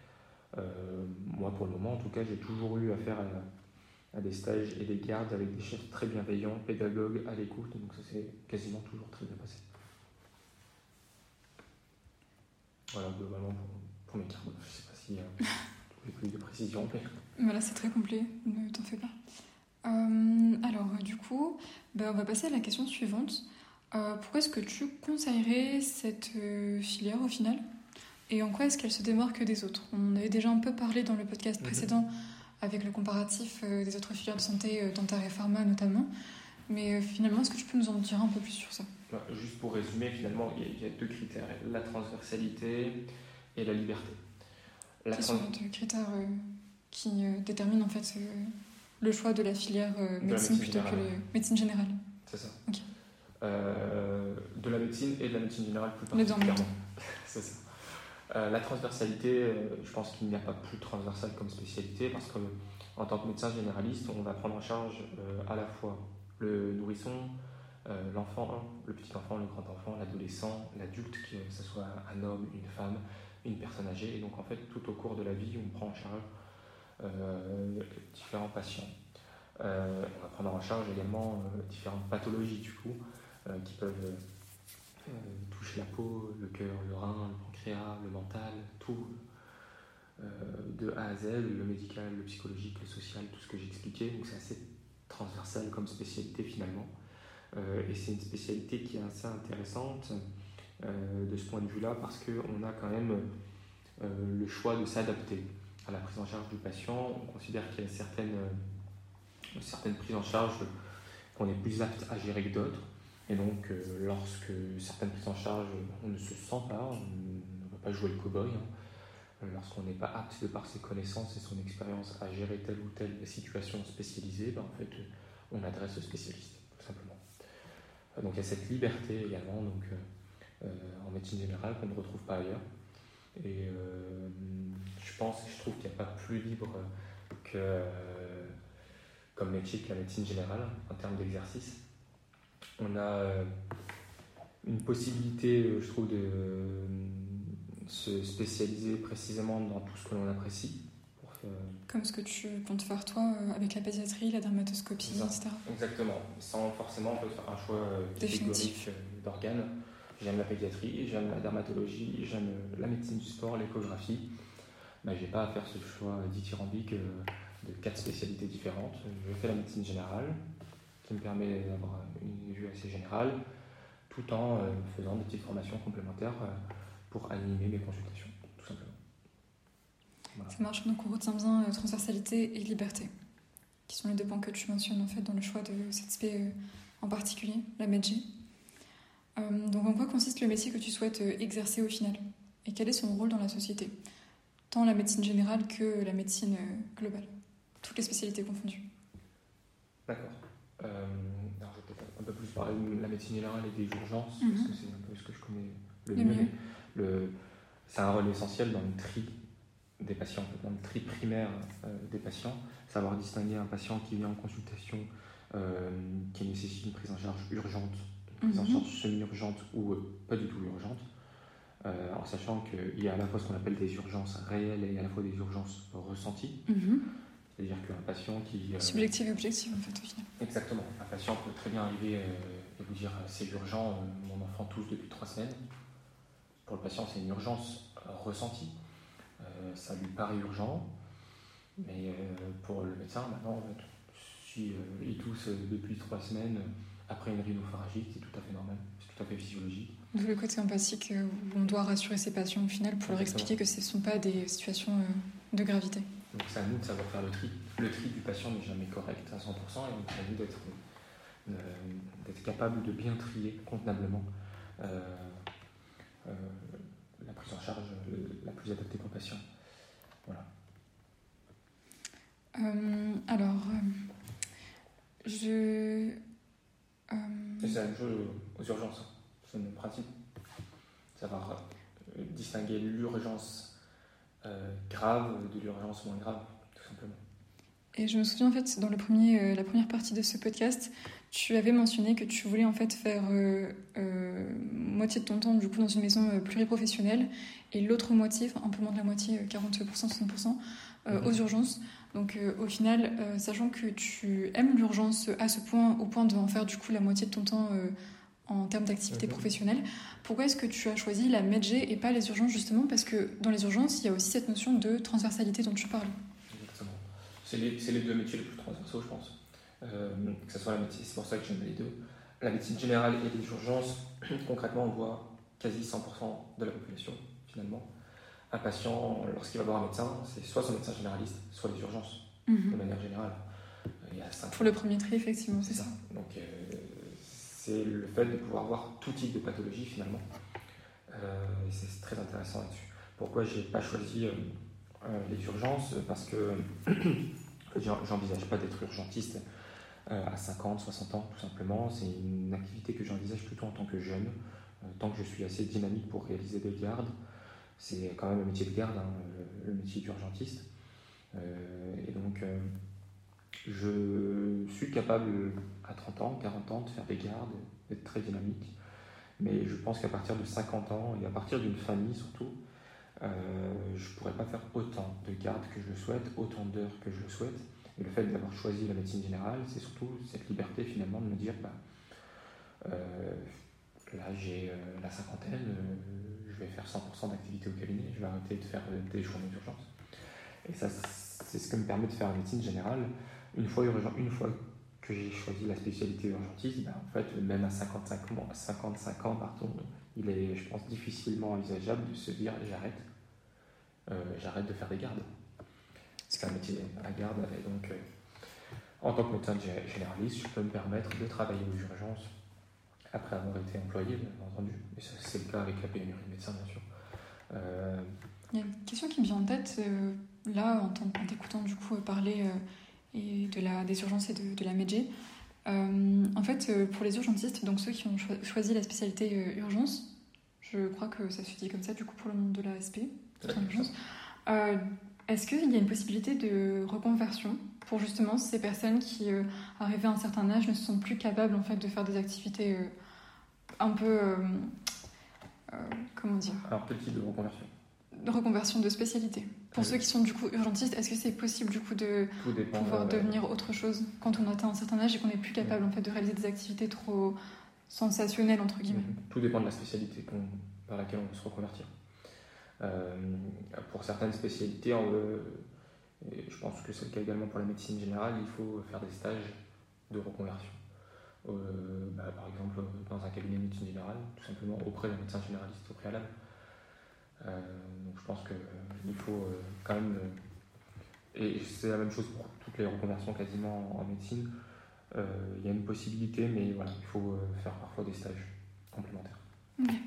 Euh, moi, pour le moment, en tout cas, j'ai toujours eu affaire à, à des stages et des gardes avec des chefs très bienveillants, pédagogues, à l'écoute, donc ça s'est quasiment toujours très bien passé. Voilà, globalement, pour, pour mes gardes. Je ne sais pas si euh, tu voulais plus de précision. Mais... Voilà, c'est très complet, ne t'en fais pas. Euh, alors, du coup, ben, on va passer à la question suivante. Euh, pourquoi est-ce que tu conseillerais cette euh, filière au final? Et en quoi est-ce qu'elle se démarque des autres? On avait déjà un peu parlé dans le podcast précédent mmh. avec le comparatif euh, des autres filières de santé, euh, dentaire et pharma notamment. Mais euh, finalement, est-ce que tu peux nous en dire un peu plus sur ça? Bah, juste pour résumer, finalement, il y, y a deux critères, la transversalité et la liberté. La Quels trans... sont les deux critères euh, qui euh, déterminent en fait euh, le choix de la filière euh, médecine, médecine plutôt générale. que la médecine générale? C'est ça. Ok. euh, de la médecine et de la médecine générale plus particulièrement. C'est ça. Euh, la transversalité, euh, je pense qu'il n'y a pas plus transversal comme spécialité parce qu'en tant que médecin généraliste, on va prendre en charge euh, à la fois le nourrisson, euh, l'enfant, le petit enfant, le grand enfant, l'adolescent, l'adulte, que ce soit un homme, une femme, une personne âgée. Et donc en fait, tout au cours de la vie, on prend en charge euh, différents patients. Euh, on va prendre en charge également euh, différentes pathologies du coup, euh, qui peuvent euh, toucher la peau, le cœur, le rein, le pancréas, le mental, tout, euh, de A à Z, le médical, le psychologique, le social, tout ce que j'expliquais. Donc c'est assez transversal comme spécialité finalement. Euh, et c'est une spécialité qui est assez intéressante euh, de ce point de vue-là parce qu'on a quand même euh, le choix de s'adapter à la prise en charge du patient. On considère qu'il y a certaines, euh, certaines prises en charge qu'on est plus apte à gérer que d'autres. Et donc, euh, lorsque certaines prises en charge, on ne se sent pas, on ne va pas jouer le cow-boy, hein. Lorsqu'on n'est pas apte de par ses connaissances et son expérience à gérer telle ou telle situation spécialisée, ben, en fait, on adresse le spécialiste, tout simplement. Donc, il y a cette liberté également donc, euh, en médecine générale qu'on ne retrouve pas ailleurs. Et euh, je pense et je trouve qu'il n'y a pas plus libre que, euh, comme métier que la médecine générale en termes d'exercice. On a euh, une possibilité, je trouve, de euh, se spécialiser précisément dans tout ce que l'on apprécie. Pour faire... Comme ce que tu comptes faire toi euh, avec la pédiatrie, la dermatoscopie, Exact. et cetera. Exactement. Sans forcément on peut faire un choix euh, catégorique d'organes. J'aime la pédiatrie, j'aime la dermatologie, j'aime la médecine du sport, l'échographie. Ben, je n'ai pas à faire ce choix dithyrambique euh, de quatre spécialités différentes. Je fais la médecine générale, qui me permet d'avoir une vue assez générale, tout en euh, faisant des petites formations complémentaires euh, pour animer mes consultations, tout simplement. Voilà. Ça marche, donc on retient bien euh, transversalité et liberté, qui sont les deux points que tu mentionnes en fait dans le choix de cet aspect euh, en particulier, la M E D G. Euh, donc en quoi consiste le métier que tu souhaites euh, exercer au final? Et quel est son rôle dans la société? Tant la médecine générale que la médecine euh, globale, toutes les spécialités confondues. D'accord. Euh, alors je vais peut-être un peu plus parler de la médecine générale et des urgences, Mm-hmm. parce que c'est un peu ce que je connais le, le mieux. mieux. Le, c'est un rôle essentiel dans le tri des patients, dans le tri primaire euh, des patients, savoir distinguer un patient qui vient en consultation, euh, qui nécessite une prise en charge urgente, une prise mm-hmm. en charge semi-urgente ou euh, pas du tout urgente, euh, en sachant qu'il y a à la fois ce qu'on appelle des urgences réelles et à la fois des urgences ressenties. Mm-hmm. C'est-à-dire qu'un patient qui... Euh, Subjectif et objectif, en fait, au final. Exactement. Un patient peut très bien arriver euh, et vous dire c'est urgent, euh, mon enfant tousse depuis trois semaines. Pour le patient, c'est une urgence euh, ressentie. Euh, ça lui paraît urgent, mais euh, pour le médecin, maintenant, si euh, il tousse depuis trois semaines, après une rhinopharyngite, c'est tout à fait normal, c'est tout à fait physiologique. D'où le côté empathique euh, où on doit rassurer ses patients au final pour Exactement. Leur expliquer que ce ne sont pas des situations euh, de gravité. Donc c'est à nous de savoir faire le tri. Le tri du patient n'est jamais correct à cent pour cent et donc c'est à nous d'être, euh, d'être capable de bien trier convenablement euh, euh, la prise en charge la plus adaptée pour le patient. Voilà. Euh, alors, euh, je... Euh... C'est la même chose aux urgences. C'est le même principe. Savoir euh, distinguer l'urgence Euh, grave de l'urgence moins grave, tout simplement. Et je me souviens en fait dans le premier, euh, la première partie de ce podcast, tu avais mentionné que tu voulais en fait faire euh, euh, moitié de ton temps du coup dans une maison euh, pluriprofessionnelle et l'autre moitié, enfin un peu moins de la moitié, quarante pour cent, soixante pour cent euh, mmh. aux urgences. Donc euh, au final, euh, sachant que tu aimes l'urgence à ce point, au point d'en faire du coup la moitié de ton temps euh, en termes d'activité mmh. professionnelle, pourquoi est-ce que tu as choisi la M E D G et pas les urgences justement? Parce que dans les urgences, il y a aussi cette notion de transversalité dont tu parles. Exactement. C'est les, c'est les deux métiers les plus transversaux, je pense. Euh, que ce soit la médecine, c'est pour ça que j'aime les deux. La médecine générale et les urgences, concrètement, on voit quasi cent pour cent de la population, finalement. Un patient, lorsqu'il va voir un médecin, c'est soit son médecin généraliste, soit les urgences, mmh. de manière générale. Il y a cinq pour le premier tri, effectivement, c'est, c'est ça. ça. Donc, euh, c'est le fait de pouvoir voir tout type de pathologie finalement. Euh, et c'est très intéressant là-dessus. Pourquoi je n'ai pas choisi euh, euh, les urgences? Parce que j'envisage pas d'être urgentiste euh, à cinquante, soixante ans tout simplement. C'est une activité que j'envisage plutôt en tant que jeune, euh, tant que je suis assez dynamique pour réaliser des gardes. C'est quand même le métier de garde, hein, le, le métier d'urgentiste. Euh, et donc euh, je suis capable à trente ans, quarante ans de faire des gardes, d'être très dynamique. Mais je pense qu'à partir de cinquante ans et à partir d'une famille surtout, euh, je ne pourrais pas faire autant de gardes que je le souhaite, autant d'heures que je le souhaite. Et le fait d'avoir choisi la médecine générale, c'est surtout cette liberté finalement de me dire bah, euh, là j'ai euh, la cinquantaine, euh, je vais faire cent pour cent d'activité au cabinet, je vais arrêter de faire euh, des journées d'urgence. Et ça, c'est ce que me permet de faire la médecine générale. Une fois, une fois que j'ai choisi la spécialité urgentiste, ben, en fait, même à cinquante-cinq ans, cinquante-cinq ans pardon, il est, je pense, difficilement envisageable de se dire j'arrête, euh, j'arrête de faire des gardes. C'est un métier à garde, et donc euh, en tant que médecin généraliste, je peux me permettre de travailler aux urgences après avoir été employé, bien entendu. Et ça, c'est le cas avec la pénurie de médecins, bien sûr. Euh, Il y a une question qui me vient en tête, euh, là, en, en t'écoutant du coup parler euh, et de la, des urgences et de, de la médecine. Euh, en fait, euh, pour les urgentistes, donc ceux qui ont cho- choisi la spécialité euh, urgence, je crois que ça se dit comme ça, du coup, pour le monde de l'A S P, urgence, euh, est-ce qu'il y a une possibilité de reconversion pour justement ces personnes qui, euh, arrivées à un certain âge, ne se sentent plus capables en fait, de faire des activités euh, un peu... Euh, euh, comment dire Alors, quel type de reconversion ? De reconversion de spécialité. Pour oui. Ceux qui sont du coup urgentistes, est-ce que c'est possible du coup de dépend, pouvoir euh, devenir autre chose quand on atteint un certain âge et qu'on n'est plus capable oui. en fait de réaliser des activités trop sensationnelles entre guillemets ? Tout dépend de la spécialité par laquelle on veut se reconvertir. Euh, pour certaines spécialités, on veut, et je pense que c'est le cas également pour la médecine générale, il faut faire des stages de reconversion. Euh, bah, par exemple dans un cabinet de médecine générale, tout simplement auprès d'un médecin généraliste au préalable. Euh, donc je pense qu'il euh, faut euh, quand même, euh, et c'est la même chose pour toutes les reconversions quasiment en, en médecine, il euh, y a une possibilité, mais voilà, il faut euh, faire parfois des stages complémentaires. Okay.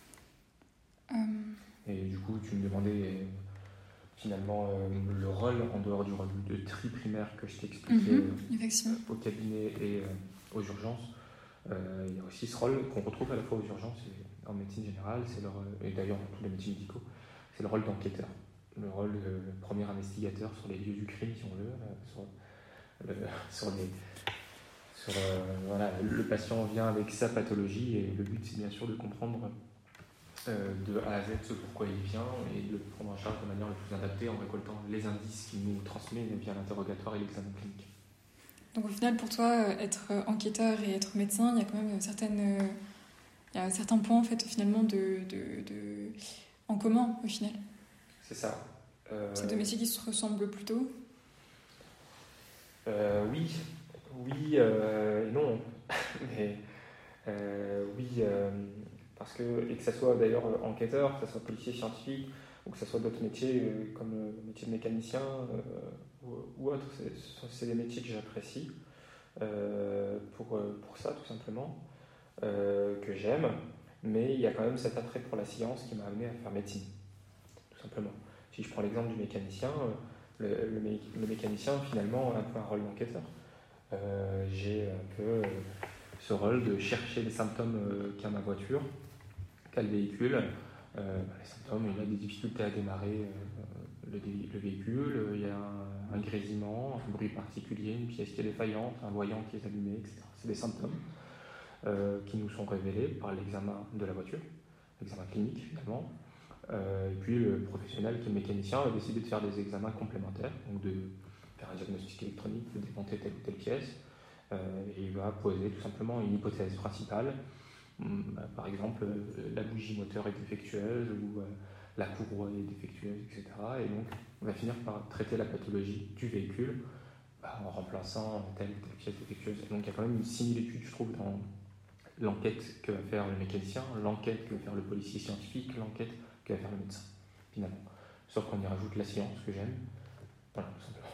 Um... Et du coup, tu me demandais euh, finalement euh, le rôle en dehors du rôle de tri primaire que je t'ai expliqué mm-hmm, euh, au cabinet et euh, aux urgences. Euh, il y a aussi ce rôle qu'on retrouve à la fois aux urgences et en médecine générale, c'est le rôle, et d'ailleurs dans tous les métiers médicaux, c'est le rôle d'enquêteur, le rôle de premier investigateur sur les lieux du crime, si on veut, sur, le, sur les, sur, euh, voilà, le patient vient avec sa pathologie et le but c'est bien sûr de comprendre euh, de A à Z ce pourquoi il vient et de le prendre en charge de manière la plus adaptée en récoltant les indices qu'il nous transmet via l'interrogatoire et l'examen clinique. Donc au final, pour toi, être enquêteur et être médecin, il y a quand même certaines, il y a certains points en fait finalement de, de, de en commun au final. C'est ça. Euh... C'est deux métiers qui se ressemblent plutôt. Euh, oui, oui euh, et non, mais euh, oui euh, parce que et que ça soit d'ailleurs enquêteur, que ça soit policier scientifique ou que ça soit d'autres métiers euh, comme le métier de mécanicien. Euh, ou, ou autre, c'est, c'est des métiers que j'apprécie euh, pour, pour ça tout simplement, euh, que j'aime, mais il y a quand même cet attrait pour la science qui m'a amené à faire médecine, tout simplement. Si je prends l'exemple du mécanicien, le, le, mé, le mécanicien finalement a un peu un rôle d'enquêteur. Euh, j'ai un peu euh, ce rôle de chercher les symptômes euh, qu'a ma voiture, qu'a le véhicule. Euh, bah, les symptômes, il y a des difficultés à démarrer euh, le, le véhicule, il y a un, un grésillement, un bruit particulier, une pièce qui est défaillante, un voyant qui est allumé, et cetera. C'est des symptômes euh, qui nous sont révélés par l'examen de la voiture, l'examen clinique finalement. Euh, et puis le professionnel qui est le mécanicien a décidé de faire des examens complémentaires, donc de faire un diagnostic électronique, de démonter telle ou telle pièce, euh, et il va poser tout simplement une hypothèse principale. Par exemple, la bougie moteur est défectueuse ou la courroie est défectueuse, et cetera. Et donc, on va finir par traiter la pathologie du véhicule bah, en remplaçant telle ou telle pièce défectueuse. Et donc, il y a quand même une similitude, je trouve, dans l'enquête que va faire le mécanicien, l'enquête que va faire le policier scientifique, l'enquête que va faire le médecin, finalement. Sauf qu'on y rajoute la science, que j'aime. Voilà, tout simplement.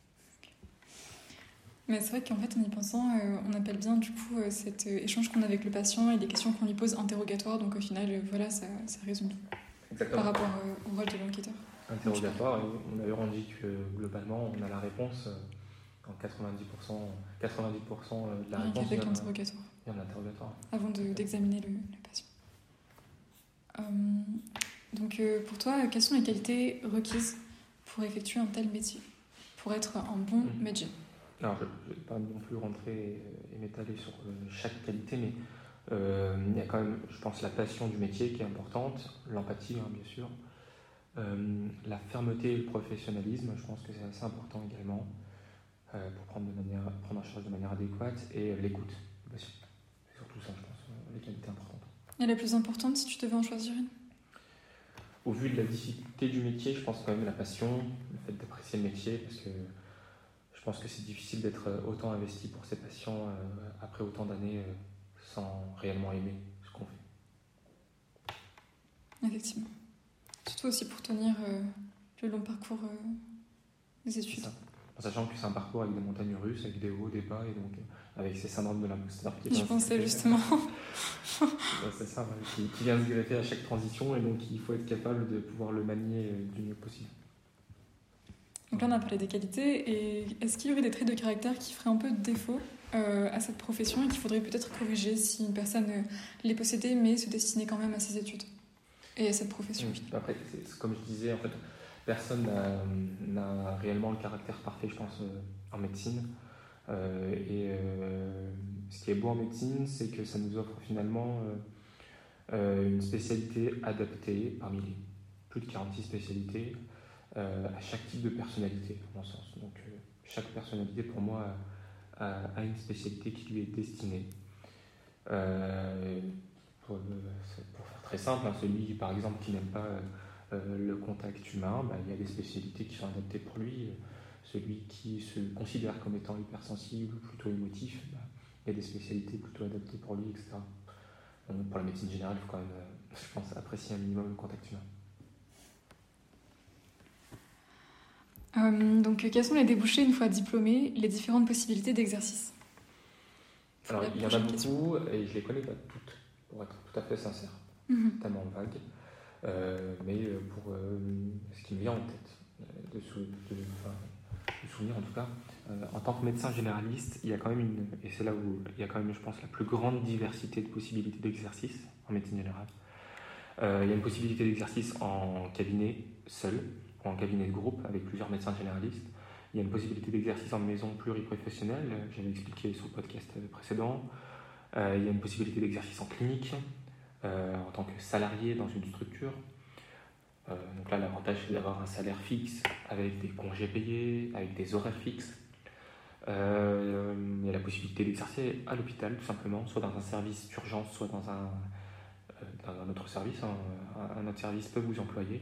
Mais c'est vrai qu'en fait, en y pensant, euh, on appelle bien du coup euh, cet euh, échange qu'on a avec le patient et les questions qu'on lui pose interrogatoires. Donc au final, euh, voilà, ça, ça résume tout. Exactement. Par rapport euh, au rôle de l'enquêteur. Interrogatoire. Et on, d'ailleurs, on dit que globalement, on a la réponse euh, En quatre-vingt-dix pour cent, quatre-vingt-dix pour cent de la Rien réponse qu'avec vient l'interrogatoire. vient de l'interrogatoire. Avant de, d'examiner le, le patient. Euh, donc euh, pour toi, quelles sont les qualités requises pour effectuer un tel métier, pour être un bon Mmh. médecin? Alors, je ne vais pas non plus rentrer et m'étaler sur chaque qualité, mais euh, il y a quand même, je pense, la passion du métier qui est importante, l'empathie, hein, bien sûr, euh, la fermeté et le professionnalisme, je pense que c'est assez important également, euh, pour prendre, de manière, prendre en charge de manière adéquate, et euh, l'écoute du patient. C'est surtout ça, je pense, euh, les qualités importantes. Et la plus importante, si tu devais en choisir une? Au vu de la difficulté du métier, je pense quand même la passion, le fait d'apprécier le métier, parce que je pense que c'est difficile d'être autant investi pour ses patients euh, après autant d'années euh, sans réellement aimer ce qu'on fait. Effectivement. Surtout aussi pour tenir euh, le long parcours euh, des études. En sachant que c'est un parcours avec des montagnes russes, avec des hauts, des bas, et donc euh, avec ces syndromes de l'imposteur qui Je pensais justement. c'est ça, ouais, qui, qui vient se greffer à chaque transition, et donc il faut être capable de pouvoir le manier euh, du mieux possible. Donc là, on a parlé des qualités. Et est-ce qu'il y aurait des traits de caractère qui feraient un peu défaut euh, à cette profession et qu'il faudrait peut-être corriger si une personne euh, les possédait mais se destinait quand même à ses études et à cette profession? Mmh. Après, c'est, c'est comme je disais, en fait, personne n'a, n'a réellement le caractère parfait, je pense, euh, en médecine. Euh, et euh, ce qui est beau en médecine, c'est que ça nous offre finalement euh, euh, une spécialité adaptée parmi les plus de quarante-six spécialités. Euh, à chaque type de personnalité, à mon sens. Donc, euh, chaque personnalité, pour moi, a, a, a une spécialité qui lui est destinée. Euh, pour, pour faire très simple, hein, celui, par exemple, qui n'aime pas euh, le contact humain, bah, il y a des spécialités qui sont adaptées pour lui. Celui qui se considère comme étant hypersensible, plutôt émotif, bah, il y a des spécialités plutôt adaptées pour lui, et cetera. Donc, pour la médecine générale, il faut quand même, euh, je pense, apprécier un minimum le contact humain. Euh, donc, quels sont les débouchés une fois diplômé, les différentes possibilités d'exercice? Alors, il y en a beaucoup question. Et je ne les connais pas toutes, pour être tout à fait sincère. Mm-hmm. Tellement vague. Euh, mais pour euh, ce qui me vient en tête, de, sou, de, enfin, de souvenir en tout cas, euh, en tant que médecin généraliste, il y a quand même une, et c'est là où il y a quand même, je pense, la plus grande diversité de possibilités d'exercice en médecine générale. Euh, il y a une possibilité d'exercice en cabinet seul, ou en cabinet de groupe avec plusieurs médecins généralistes. Il y a une possibilité d'exercice en maison pluriprofessionnelle, j'avais expliqué sur le podcast précédent. Euh, il y a une possibilité d'exercice en clinique, euh, en tant que salarié dans une structure. Euh, donc là, l'avantage, c'est d'avoir un salaire fixe avec des congés payés, avec des horaires fixes. Euh, il y a la possibilité d'exercer à l'hôpital, tout simplement, soit dans un service d'urgence, soit dans un, euh, dans un autre service. Un, un autre service peut vous employer.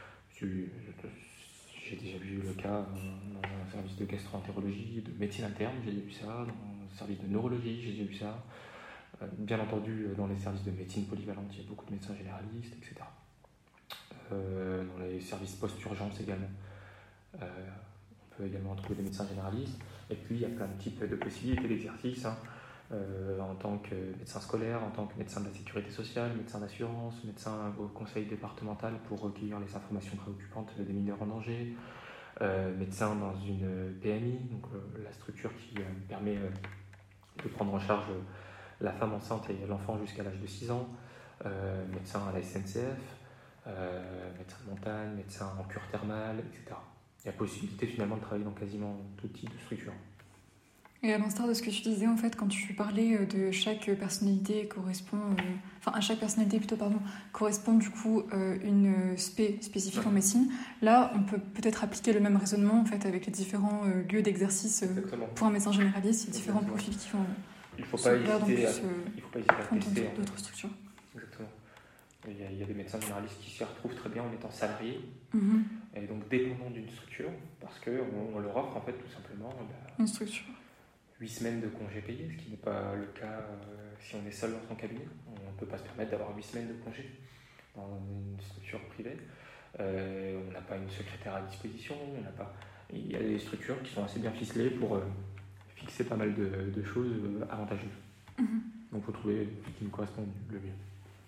J'ai déjà vu le cas dans un service de gastro-entérologie, de médecine interne, j'ai déjà vu ça, dans un service de neurologie, j'ai déjà vu ça. Bien entendu, dans les services de médecine polyvalente, il y a beaucoup de médecins généralistes, et cetera. Euh, dans les services post-urgence également, euh, on peut également trouver des médecins généralistes. Et puis, il y a plein de types de possibilités d'exercice, hein, euh, en tant que médecin scolaire, en tant que médecin de la sécurité sociale, médecin d'assurance, médecin au conseil départemental pour recueillir les informations préoccupantes des mineurs en danger, euh, médecin dans une P M I, donc euh, la structure qui euh, permet euh, de prendre en charge euh, la femme enceinte et l'enfant jusqu'à l'âge de six ans, euh, médecin à la S N C F, euh, médecin de montagne, médecin en cure thermale, et cetera. Il y a possibilité finalement de travailler dans quasiment tout type de structure. Et à l'instar de ce que tu disais, en fait, quand tu parlais de chaque personnalité correspond, euh, enfin à chaque personnalité plutôt, pardon, correspond du coup euh, une spé spécifique ouais. en médecine. Là, on peut peut-être appliquer le même raisonnement en fait avec les différents euh, lieux d'exercice euh, pour un médecin généraliste, les différents profils qui vont. Il ne faut pas hésiter à, il faut pas hésiter à tester d'autres structures. Exactement. Il y, a, il y a des médecins généralistes qui s'y retrouvent très bien en étant salariés mm-hmm. et donc dépendants d'une structure parce qu'on on leur offre en fait tout simplement bah, une structure. huit semaines de congés payés, ce qui n'est pas le cas euh, si on est seul dans son cabinet. On ne peut pas se permettre d'avoir huit semaines de congés dans une structure privée. Euh, on n'a pas une secrétaire à disposition. On n'a pas... Il y a des structures qui sont assez bien ficelées pour euh, fixer pas mal de, de choses euh, avantageuses. Mm-hmm. Donc il faut trouver ce qui nous correspond le mieux.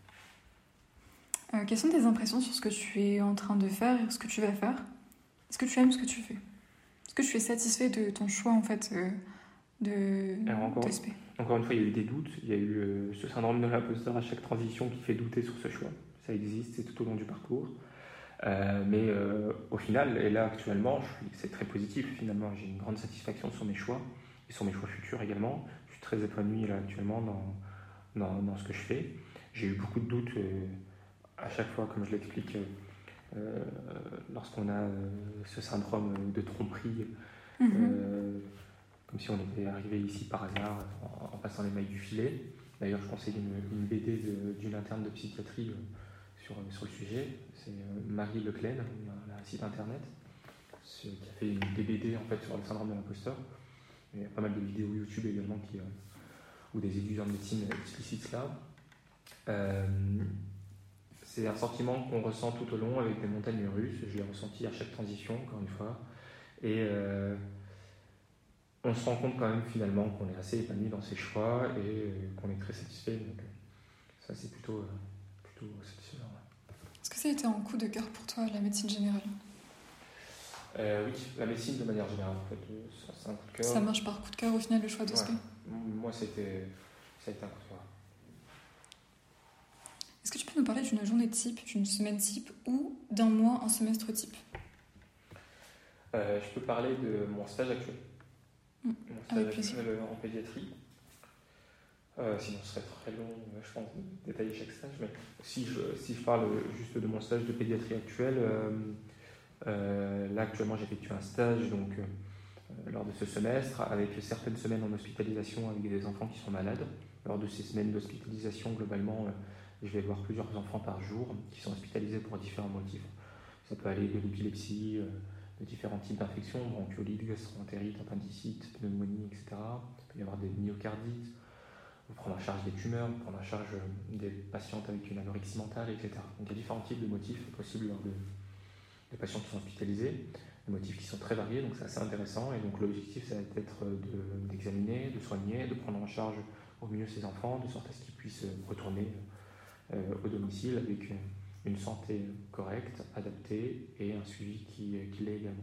Euh, quelles sont tes impressions sur ce que tu es en train de faire et ce que tu vas faire? Est-ce que tu aimes ce que tu fais? Est-ce que tu es satisfait de ton choix en fait euh, de, Alors encore, de S P? Encore une fois, il y a eu des doutes. Il y a eu euh, ce syndrome de l'imposteur à chaque transition qui fait douter sur ce choix. Ça existe, c'est tout au long du parcours. Euh, mais euh, au final, et là actuellement, c'est très positif finalement. J'ai une grande satisfaction sur mes choix et sur mes choix futurs également. Je suis très épanoui là actuellement dans, dans, dans ce que je fais. J'ai eu beaucoup de doutes euh, à chaque fois, comme je l'explique, euh, lorsqu'on a euh, ce syndrome de tromperie, euh, mm-hmm. comme si on était arrivé ici par hasard en, en passant les mailles du filet. D'ailleurs, je conseille une, une B D de, d'une interne de psychiatrie euh, sur, sur le sujet. C'est euh, Marie Leclaine, elle a un site internet qui a fait une D B D en fait, sur le syndrome de l'imposteur. Il y a pas mal de vidéos YouTube également qui, euh, où des étudiants de médecine explicitent cela. Euh, c'est un sentiment qu'on ressent tout au long avec des montagnes russes. Je l'ai ressenti à chaque transition, encore une fois. Et euh, on se rend compte quand même finalement qu'on est assez épanoui dans ses choix et euh, qu'on est très satisfait. Donc ça, c'est plutôt, euh, plutôt satisfaisant. Est-ce que ça a été un coup de cœur pour toi, la médecine générale? euh, Oui, la médecine de manière générale, en fait, ça, c'est un coup de cœur. Ça marche par coup de cœur au final, le choix de S P? Ouais. Moi, c'était, ça a été un coup de cœur. Est-ce que tu peux nous parler d'une journée type, d'une semaine type ou d'un mois, un semestre type? euh, Je peux parler de mon stage actuel. Mmh. Mon stage Avec actuel plaisir. En pédiatrie. Euh, sinon, ce serait très long, je pense, de détailler chaque stage. Mais si je, si je parle juste de mon stage de pédiatrie actuel, euh, euh, là, actuellement, j'effectue un stage donc, euh, lors de ce semestre, avec certaines semaines en hospitalisation avec des enfants qui sont malades. Lors de ces semaines d'hospitalisation, globalement, euh, je vais voir plusieurs enfants par jour qui sont hospitalisés pour différents motifs. Ça peut aller de l'épilepsie, euh, de différents types d'infections, bronchiolite, gastro-entérite, appendicite, pneumonie, et cetera. Il peut y avoir des myocardites, prendre en charge des tumeurs, prendre en charge des patientes avec une anorexie mentale, et cetera. Donc il y a différents types de motifs possibles lors de, des patients qui sont hospitalisés, des motifs qui sont très variés, donc c'est assez intéressant. Et donc l'objectif, ça va être de, d'examiner, de soigner, de prendre en charge au mieux ces enfants, de sorte à ce qu'ils puissent retourner euh, au domicile avec une santé correcte, adaptée et un suivi qui, qui l'est également.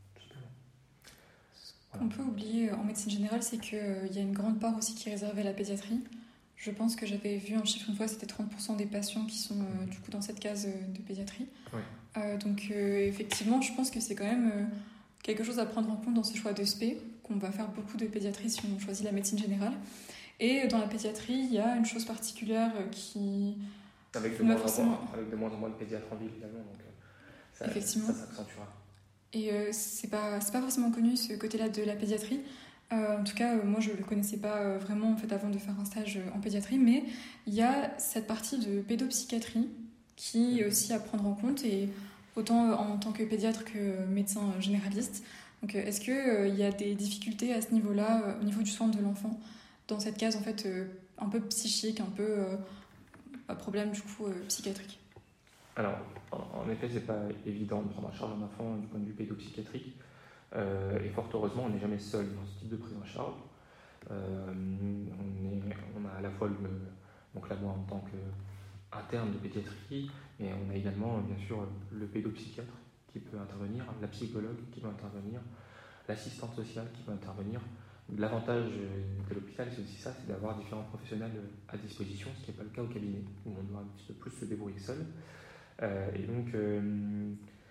Ce qu'on peut oublier en médecine générale, c'est qu'il euh, y a une grande part aussi qui est réservée à la pédiatrie. Je pense que j'avais vu un chiffre une fois, c'était trente pour cent des patients qui sont euh, du coup dans cette case euh, de pédiatrie. Oui. Euh, donc euh, effectivement, je pense que c'est quand même euh, quelque chose à prendre en compte dans ce choix de S P, qu'on va faire beaucoup de pédiatrie si on choisit la médecine générale. Et dans la pédiatrie, il y a une chose particulière qui... Avec de, moins forcément... moins, avec de moins en moins de pédiatres en ville, également, donc ça, effectivement. ça s'accentuera. Et euh, c'est pas, c'est pas forcément connu, ce côté-là de la pédiatrie. Euh, en tout cas, euh, moi, je le connaissais pas euh, vraiment en fait, avant de faire un stage euh, en pédiatrie, mais il y a cette partie de pédopsychiatrie qui est aussi à prendre en compte, et autant euh, en tant que pédiatre que médecin généraliste. Donc, euh, est-ce qu'il euh, y a des difficultés à ce niveau-là, euh, au niveau du soin de l'enfant, dans cette case en fait, euh, un peu psychique, un peu euh, problème du coup euh, psychiatrique? Alors, en effet, c'est pas évident de prendre en charge un enfant du point de vue pédopsychiatrique. Euh, et fort heureusement, on n'est jamais seul dans ce type de prise en charge. Euh, on, est, on a à la fois, le, donc là, moi, en tant qu'interne de pédiatrie, mais on a également, bien sûr, le pédopsychiatre qui peut intervenir, la psychologue qui peut intervenir, l'assistante sociale qui peut intervenir. L'avantage de l'hôpital, c'est aussi ça, c'est d'avoir différents professionnels à disposition, ce qui n'est pas le cas au cabinet, où on doit un petit peu plus se débrouiller seul. Euh, et donc, euh,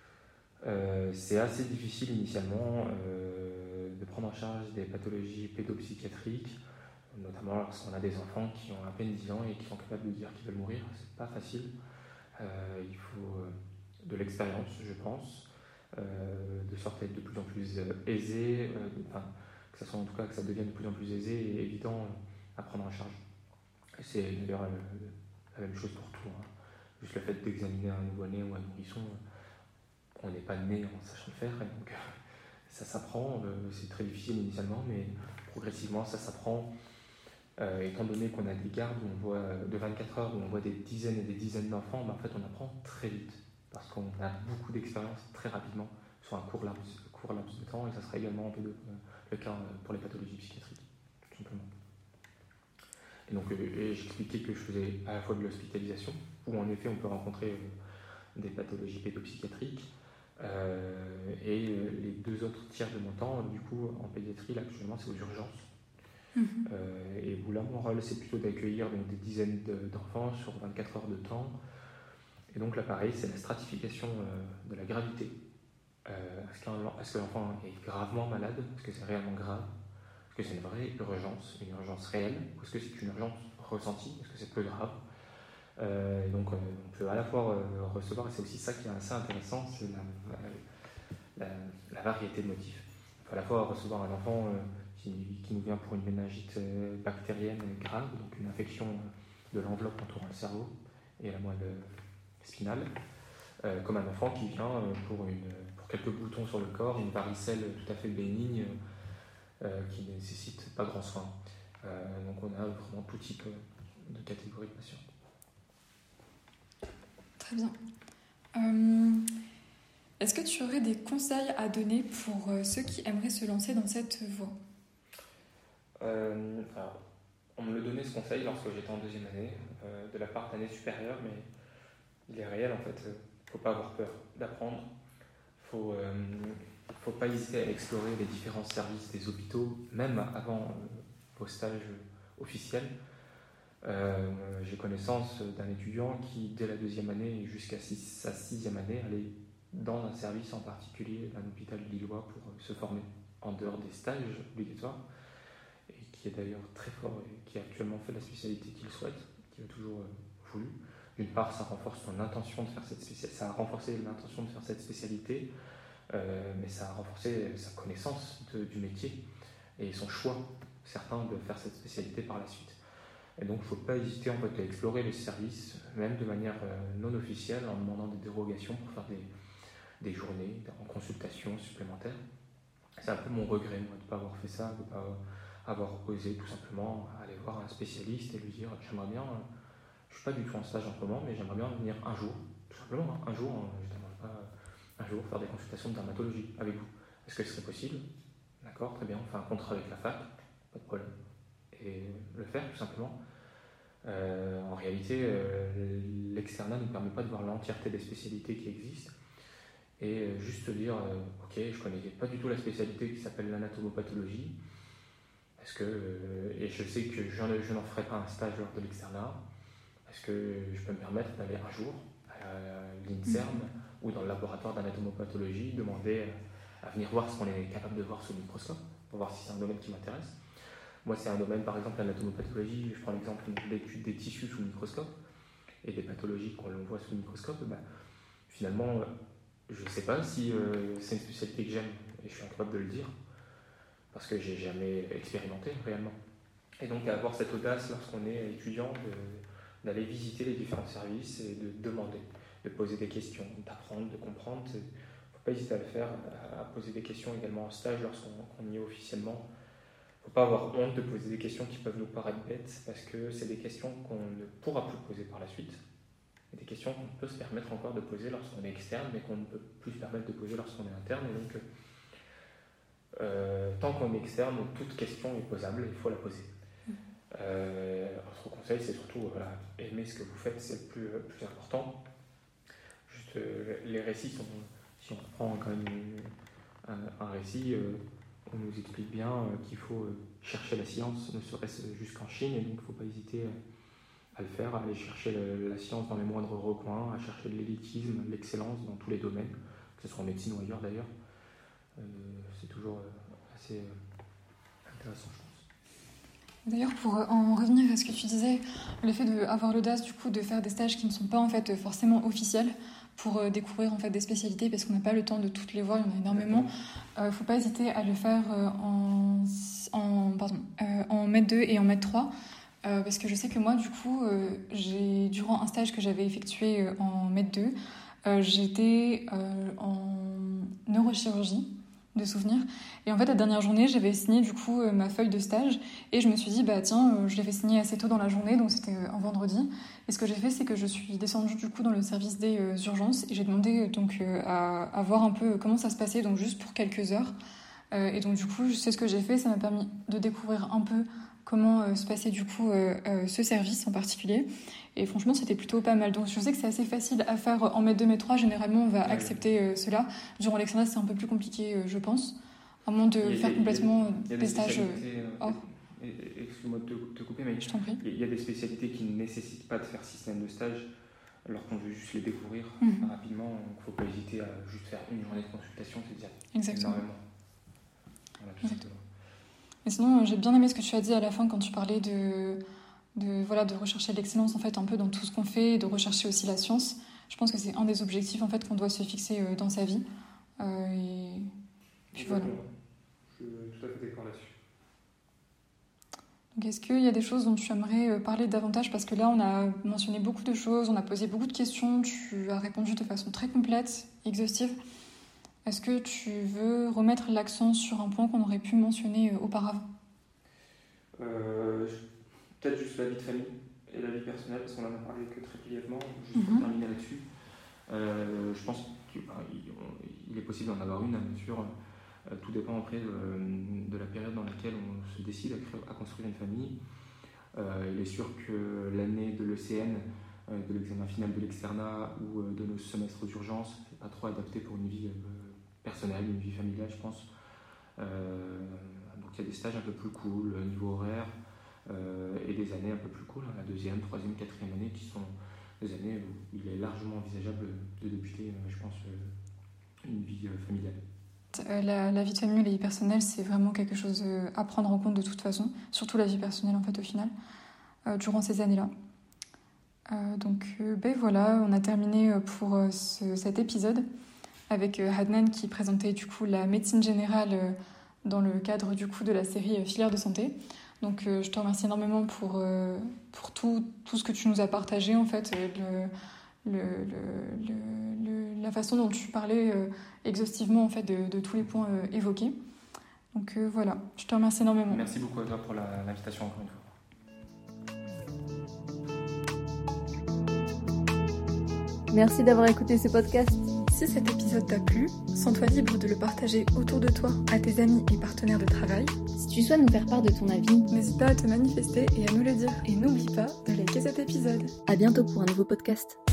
euh, c'est assez difficile initialement euh, de prendre en charge des pathologies pédopsychiatriques, notamment lorsqu'on a des enfants qui ont à peine dix ans et qui sont capables de dire qu'ils veulent mourir. C'est pas facile. Euh, il faut de l'expérience, je pense, euh, de sorte à être de plus en plus aisé, euh, enfin, que ça soit en tout cas que ça devienne de plus en plus aisé et évident à prendre en charge. Et c'est d'ailleurs la, la même chose pour tout. Hein. Juste le fait d'examiner un nouveau-né ou un nourrisson, on n'est pas né en sachant le faire, et donc ça s'apprend. C'est très difficile initialement, mais progressivement ça s'apprend. Euh, étant donné qu'on a des gardes où on voit, de vingt-quatre heures où on voit des dizaines et des dizaines d'enfants, ben en fait on apprend très vite parce qu'on a beaucoup d'expérience très rapidement sur un court laps, court laps de temps, et ça sera également un peu de, le cas pour les pathologies psychiatriques, tout simplement. Et donc, et j'expliquais que je faisais à la fois de l'hospitalisation, où en effet on peut rencontrer des pathologies pédopsychiatriques, Euh, et les deux autres tiers de mon temps, du coup, en pédiatrie, là, actuellement, c'est aux urgences. Mmh. Euh, et où là, mon rôle, c'est plutôt d'accueillir donc, des dizaines de, d'enfants sur vingt-quatre heures de temps. Et donc là, pareil, c'est la stratification euh, de la gravité. Euh, est-ce, qu'un, est-ce que l'enfant est gravement malade? Est-ce que c'est réellement grave? Est-ce que c'est une vraie urgence, une urgence réelle? Ou est-ce que c'est une urgence ressentie? Est-ce que c'est peu grave? euh, Donc, euh, on peut à la fois euh, recevoir, et c'est aussi ça qui est assez intéressant, c'est la, la, la variété de motifs. On peut à la fois recevoir un enfant euh, qui, qui nous vient pour une méningite euh, bactérienne grave, donc une infection de l'enveloppe entourant le cerveau et la moelle spinale, euh, comme un enfant qui vient euh, pour, une, pour quelques boutons sur le corps, une varicelle tout à fait bénigne euh, qui ne nécessite pas grand soin. Euh, donc on a vraiment tout type de catégorie de patients. Très bien. Euh, est-ce que tu aurais des conseils à donner pour euh, ceux qui aimeraient se lancer dans cette voie? euh, alors, On me le donnait ce conseil lorsque j'étais en deuxième année, euh, de la part d'année supérieure, mais il est réel en fait. Il ne faut pas avoir peur d'apprendre. Il faut, euh, faut pas hésiter à explorer les différents services des hôpitaux, même avant euh, vos stages officiels. Euh, j'ai connaissance d'un étudiant qui, dès la deuxième année jusqu'à six, sa sixième année, allait dans un service en particulier d'un hôpital lillois pour se former en dehors des stages obligatoires, et qui est d'ailleurs très fort et qui a actuellement fait la spécialité qu'il souhaite, qu'il a toujours euh, voulu. D'une part, ça renforce son intention de faire cette spécialité, ça a renforcé l'intention de faire cette spécialité, euh, mais ça a renforcé sa connaissance de, du métier et son choix, certain, de faire cette spécialité par la suite. Et donc, il ne faut pas hésiter en fait, à explorer les services, même de manière euh, non officielle, en demandant des dérogations pour faire des, des journées en consultation supplémentaire. C'est un peu mon regret, moi, de ne pas avoir fait ça, de ne pas avoir osé tout simplement aller voir un spécialiste et lui dire « j'aimerais bien, je ne suis pas du tout en stage en ce moment, mais j'aimerais bien venir un jour, tout simplement, hein, un jour, hein, je ne demande pas, un jour faire des consultations de dermatologie avec vous. Est-ce que ce serait possible? D'accord, très bien, on fait un contrat avec la fac, pas de problème. » Et le faire tout simplement. Euh, en réalité, euh, l'externat ne permet pas de voir l'entièreté des spécialités qui existent et euh, juste dire euh, ok, je ne connais pas du tout la spécialité qui s'appelle l'anatomopathologie, parce que, euh, et je sais que je, je n'en ferai pas un stage lors de l'externat, est-ce que je peux me permettre d'aller un jour à l'INSERM mmh. ou dans le laboratoire d'anatomopathologie demander à venir voir ce qu'on est capable de voir sous le microscope pour voir si c'est un domaine qui m'intéresse. Moi, c'est un domaine, par exemple, l'anatomopathologie, je prends l'exemple de l'étude des tissus sous le microscope et des pathologies qu'on voit sous le microscope. Bah, finalement, je ne sais pas si euh, c'est une spécialité que j'aime, et je suis incapable de le dire, parce que je n'ai jamais expérimenté réellement. Et donc, avoir cette audace lorsqu'on est étudiant, de, d'aller visiter les différents services et de demander, de poser des questions, d'apprendre, de comprendre. Il ne faut pas hésiter à le faire, à poser des questions également en stage lorsqu'on qu'on y est officiellement. Il ne faut pas avoir honte de poser des questions qui peuvent nous paraître bêtes, parce que c'est des questions qu'on ne pourra plus poser par la suite, et des questions qu'on peut se permettre encore de poser lorsqu'on est externe, mais qu'on ne peut plus se permettre de poser lorsqu'on est interne. Et donc, euh, tant qu'on est externe, toute question est posable, il faut la poser. Euh, autre conseil, c'est surtout voilà, aimer ce que vous faites, c'est le plus, le plus important. Juste, euh, les récits sont, si on prend quand même un, un récit, euh, on nous explique bien euh, qu'il faut euh, chercher la science, ne serait-ce jusqu'en Chine, et donc il ne faut pas hésiter à, à le faire, à aller chercher le, la science dans les moindres recoins, à chercher de l'élitisme, l'excellence dans tous les domaines, que ce soit en médecine ou ailleurs d'ailleurs. Euh, c'est toujours euh, assez euh, intéressant, je pense. D'ailleurs, pour en revenir à ce que tu disais, le fait d'avoir l'audace du coup de faire des stages qui ne sont pas en fait forcément officiels, pour euh, découvrir en fait des spécialités, parce qu'on n'a pas le temps de toutes les voir, il y en a énormément. Il ne euh, faut pas hésiter à le faire euh, en, en, pardon, euh, en mètre deux et en mètre trois, euh, parce que je sais que moi, du coup, euh, j'ai, durant un stage que j'avais effectué euh, en mètre deux, euh, j'étais euh, en neurochirurgie de souvenirs. Et en fait, la dernière journée, j'avais signé du coup euh, ma feuille de stage et je me suis dit, bah tiens, euh, je l'avais signé assez tôt dans la journée, donc c'était euh, un vendredi. Et ce que j'ai fait, c'est que je suis descendue du coup dans le service des euh, urgences et j'ai demandé euh, donc euh, à, à voir un peu comment ça se passait, donc juste pour quelques heures. Euh, et donc du coup, c'est ce que j'ai fait. Ça m'a permis de découvrir un peu comment euh, se passait du coup euh, euh, ce service en particulier. Et franchement, c'était plutôt pas mal. Donc je sais que c'est assez facile à faire en mètre deux, mètre trois. Généralement, on va ouais. accepter euh, cela. Durant l'externat, c'est un peu plus compliqué, euh, je pense. À moins de a, faire y a, complètement y a, des, des stages hors. Euh, excuse-moi de te, te couper, mais je t'en prie. Il y a des spécialités qui ne nécessitent pas de faire système de stage, alors qu'on veut juste les découvrir mmh. rapidement. Il ne faut pas hésiter à juste faire une journée de consultation, c'est déjà Exactement. énormément. Voilà, tout Exactement. Mais sinon, j'ai bien aimé ce que tu as dit à la fin quand tu parlais de, de, voilà, de rechercher l'excellence en fait, un peu dans tout ce qu'on fait, et de rechercher aussi la science. Je pense que c'est un des objectifs en fait, qu'on doit se fixer dans sa vie. Euh, et puis voilà. Je suis tout à fait d'accord là-dessus. Donc, est-ce qu'il y a des choses dont tu aimerais parler davantage ? Parce que là, on a mentionné beaucoup de choses, on a posé beaucoup de questions, tu as répondu de façon très complète, exhaustive. Est-ce que tu veux remettre l'accent sur un point qu'on aurait pu mentionner auparavant ? euh, Peut-être juste la vie de famille et la vie personnelle, parce qu'on en a parlé que très brièvement, juste pour mm-hmm. terminer là-dessus. Euh, je pense qu'il bah, il est possible d'en avoir une, bien sûr. Euh, tout dépend après de, de la période dans laquelle on se décide à, créer, à construire une famille. Euh, il est sûr que l'année de l'E C N, euh, de l'examen final de l'externat ou euh, de nos semestres d'urgence, c'est pas trop adapté pour une vie euh, personnelle, une vie familiale, je pense. Euh, donc il y a des stages un peu plus cool, niveau horaire, euh, et des années un peu plus cool, hein, la deuxième, troisième, quatrième année, qui sont des années où il est largement envisageable de débuter, euh, je pense, euh, une vie euh, familiale. Euh, la, la vie de famille et la vie personnelle, c'est vraiment quelque chose euh, à prendre en compte de toute façon, surtout la vie personnelle en fait au final, euh, durant ces années-là. Euh, donc euh, ben voilà, on a terminé pour euh, ce, cet épisode avec euh, Hadnan qui présentait du coup la médecine générale euh, dans le cadre du coup de la série euh, Filière de santé. Donc euh, je te remercie énormément pour, euh, pour tout, tout ce que tu nous as partagé en fait, euh, le, le, le, le, la façon dont tu parlais euh, exhaustivement en fait, de, de tous les points euh, évoqués. Donc euh, voilà, je te remercie énormément. Merci beaucoup à toi pour la, l'invitation encore une fois. Merci d'avoir écouté ce podcast. Si cet épisode t'a plu, sens-toi libre de le partager autour de toi, à tes amis et partenaires de travail. Si tu souhaites nous faire part de ton avis, n'hésite pas à te manifester et à nous le dire. Et n'oublie pas de liker cet épisode. À bientôt pour un nouveau podcast.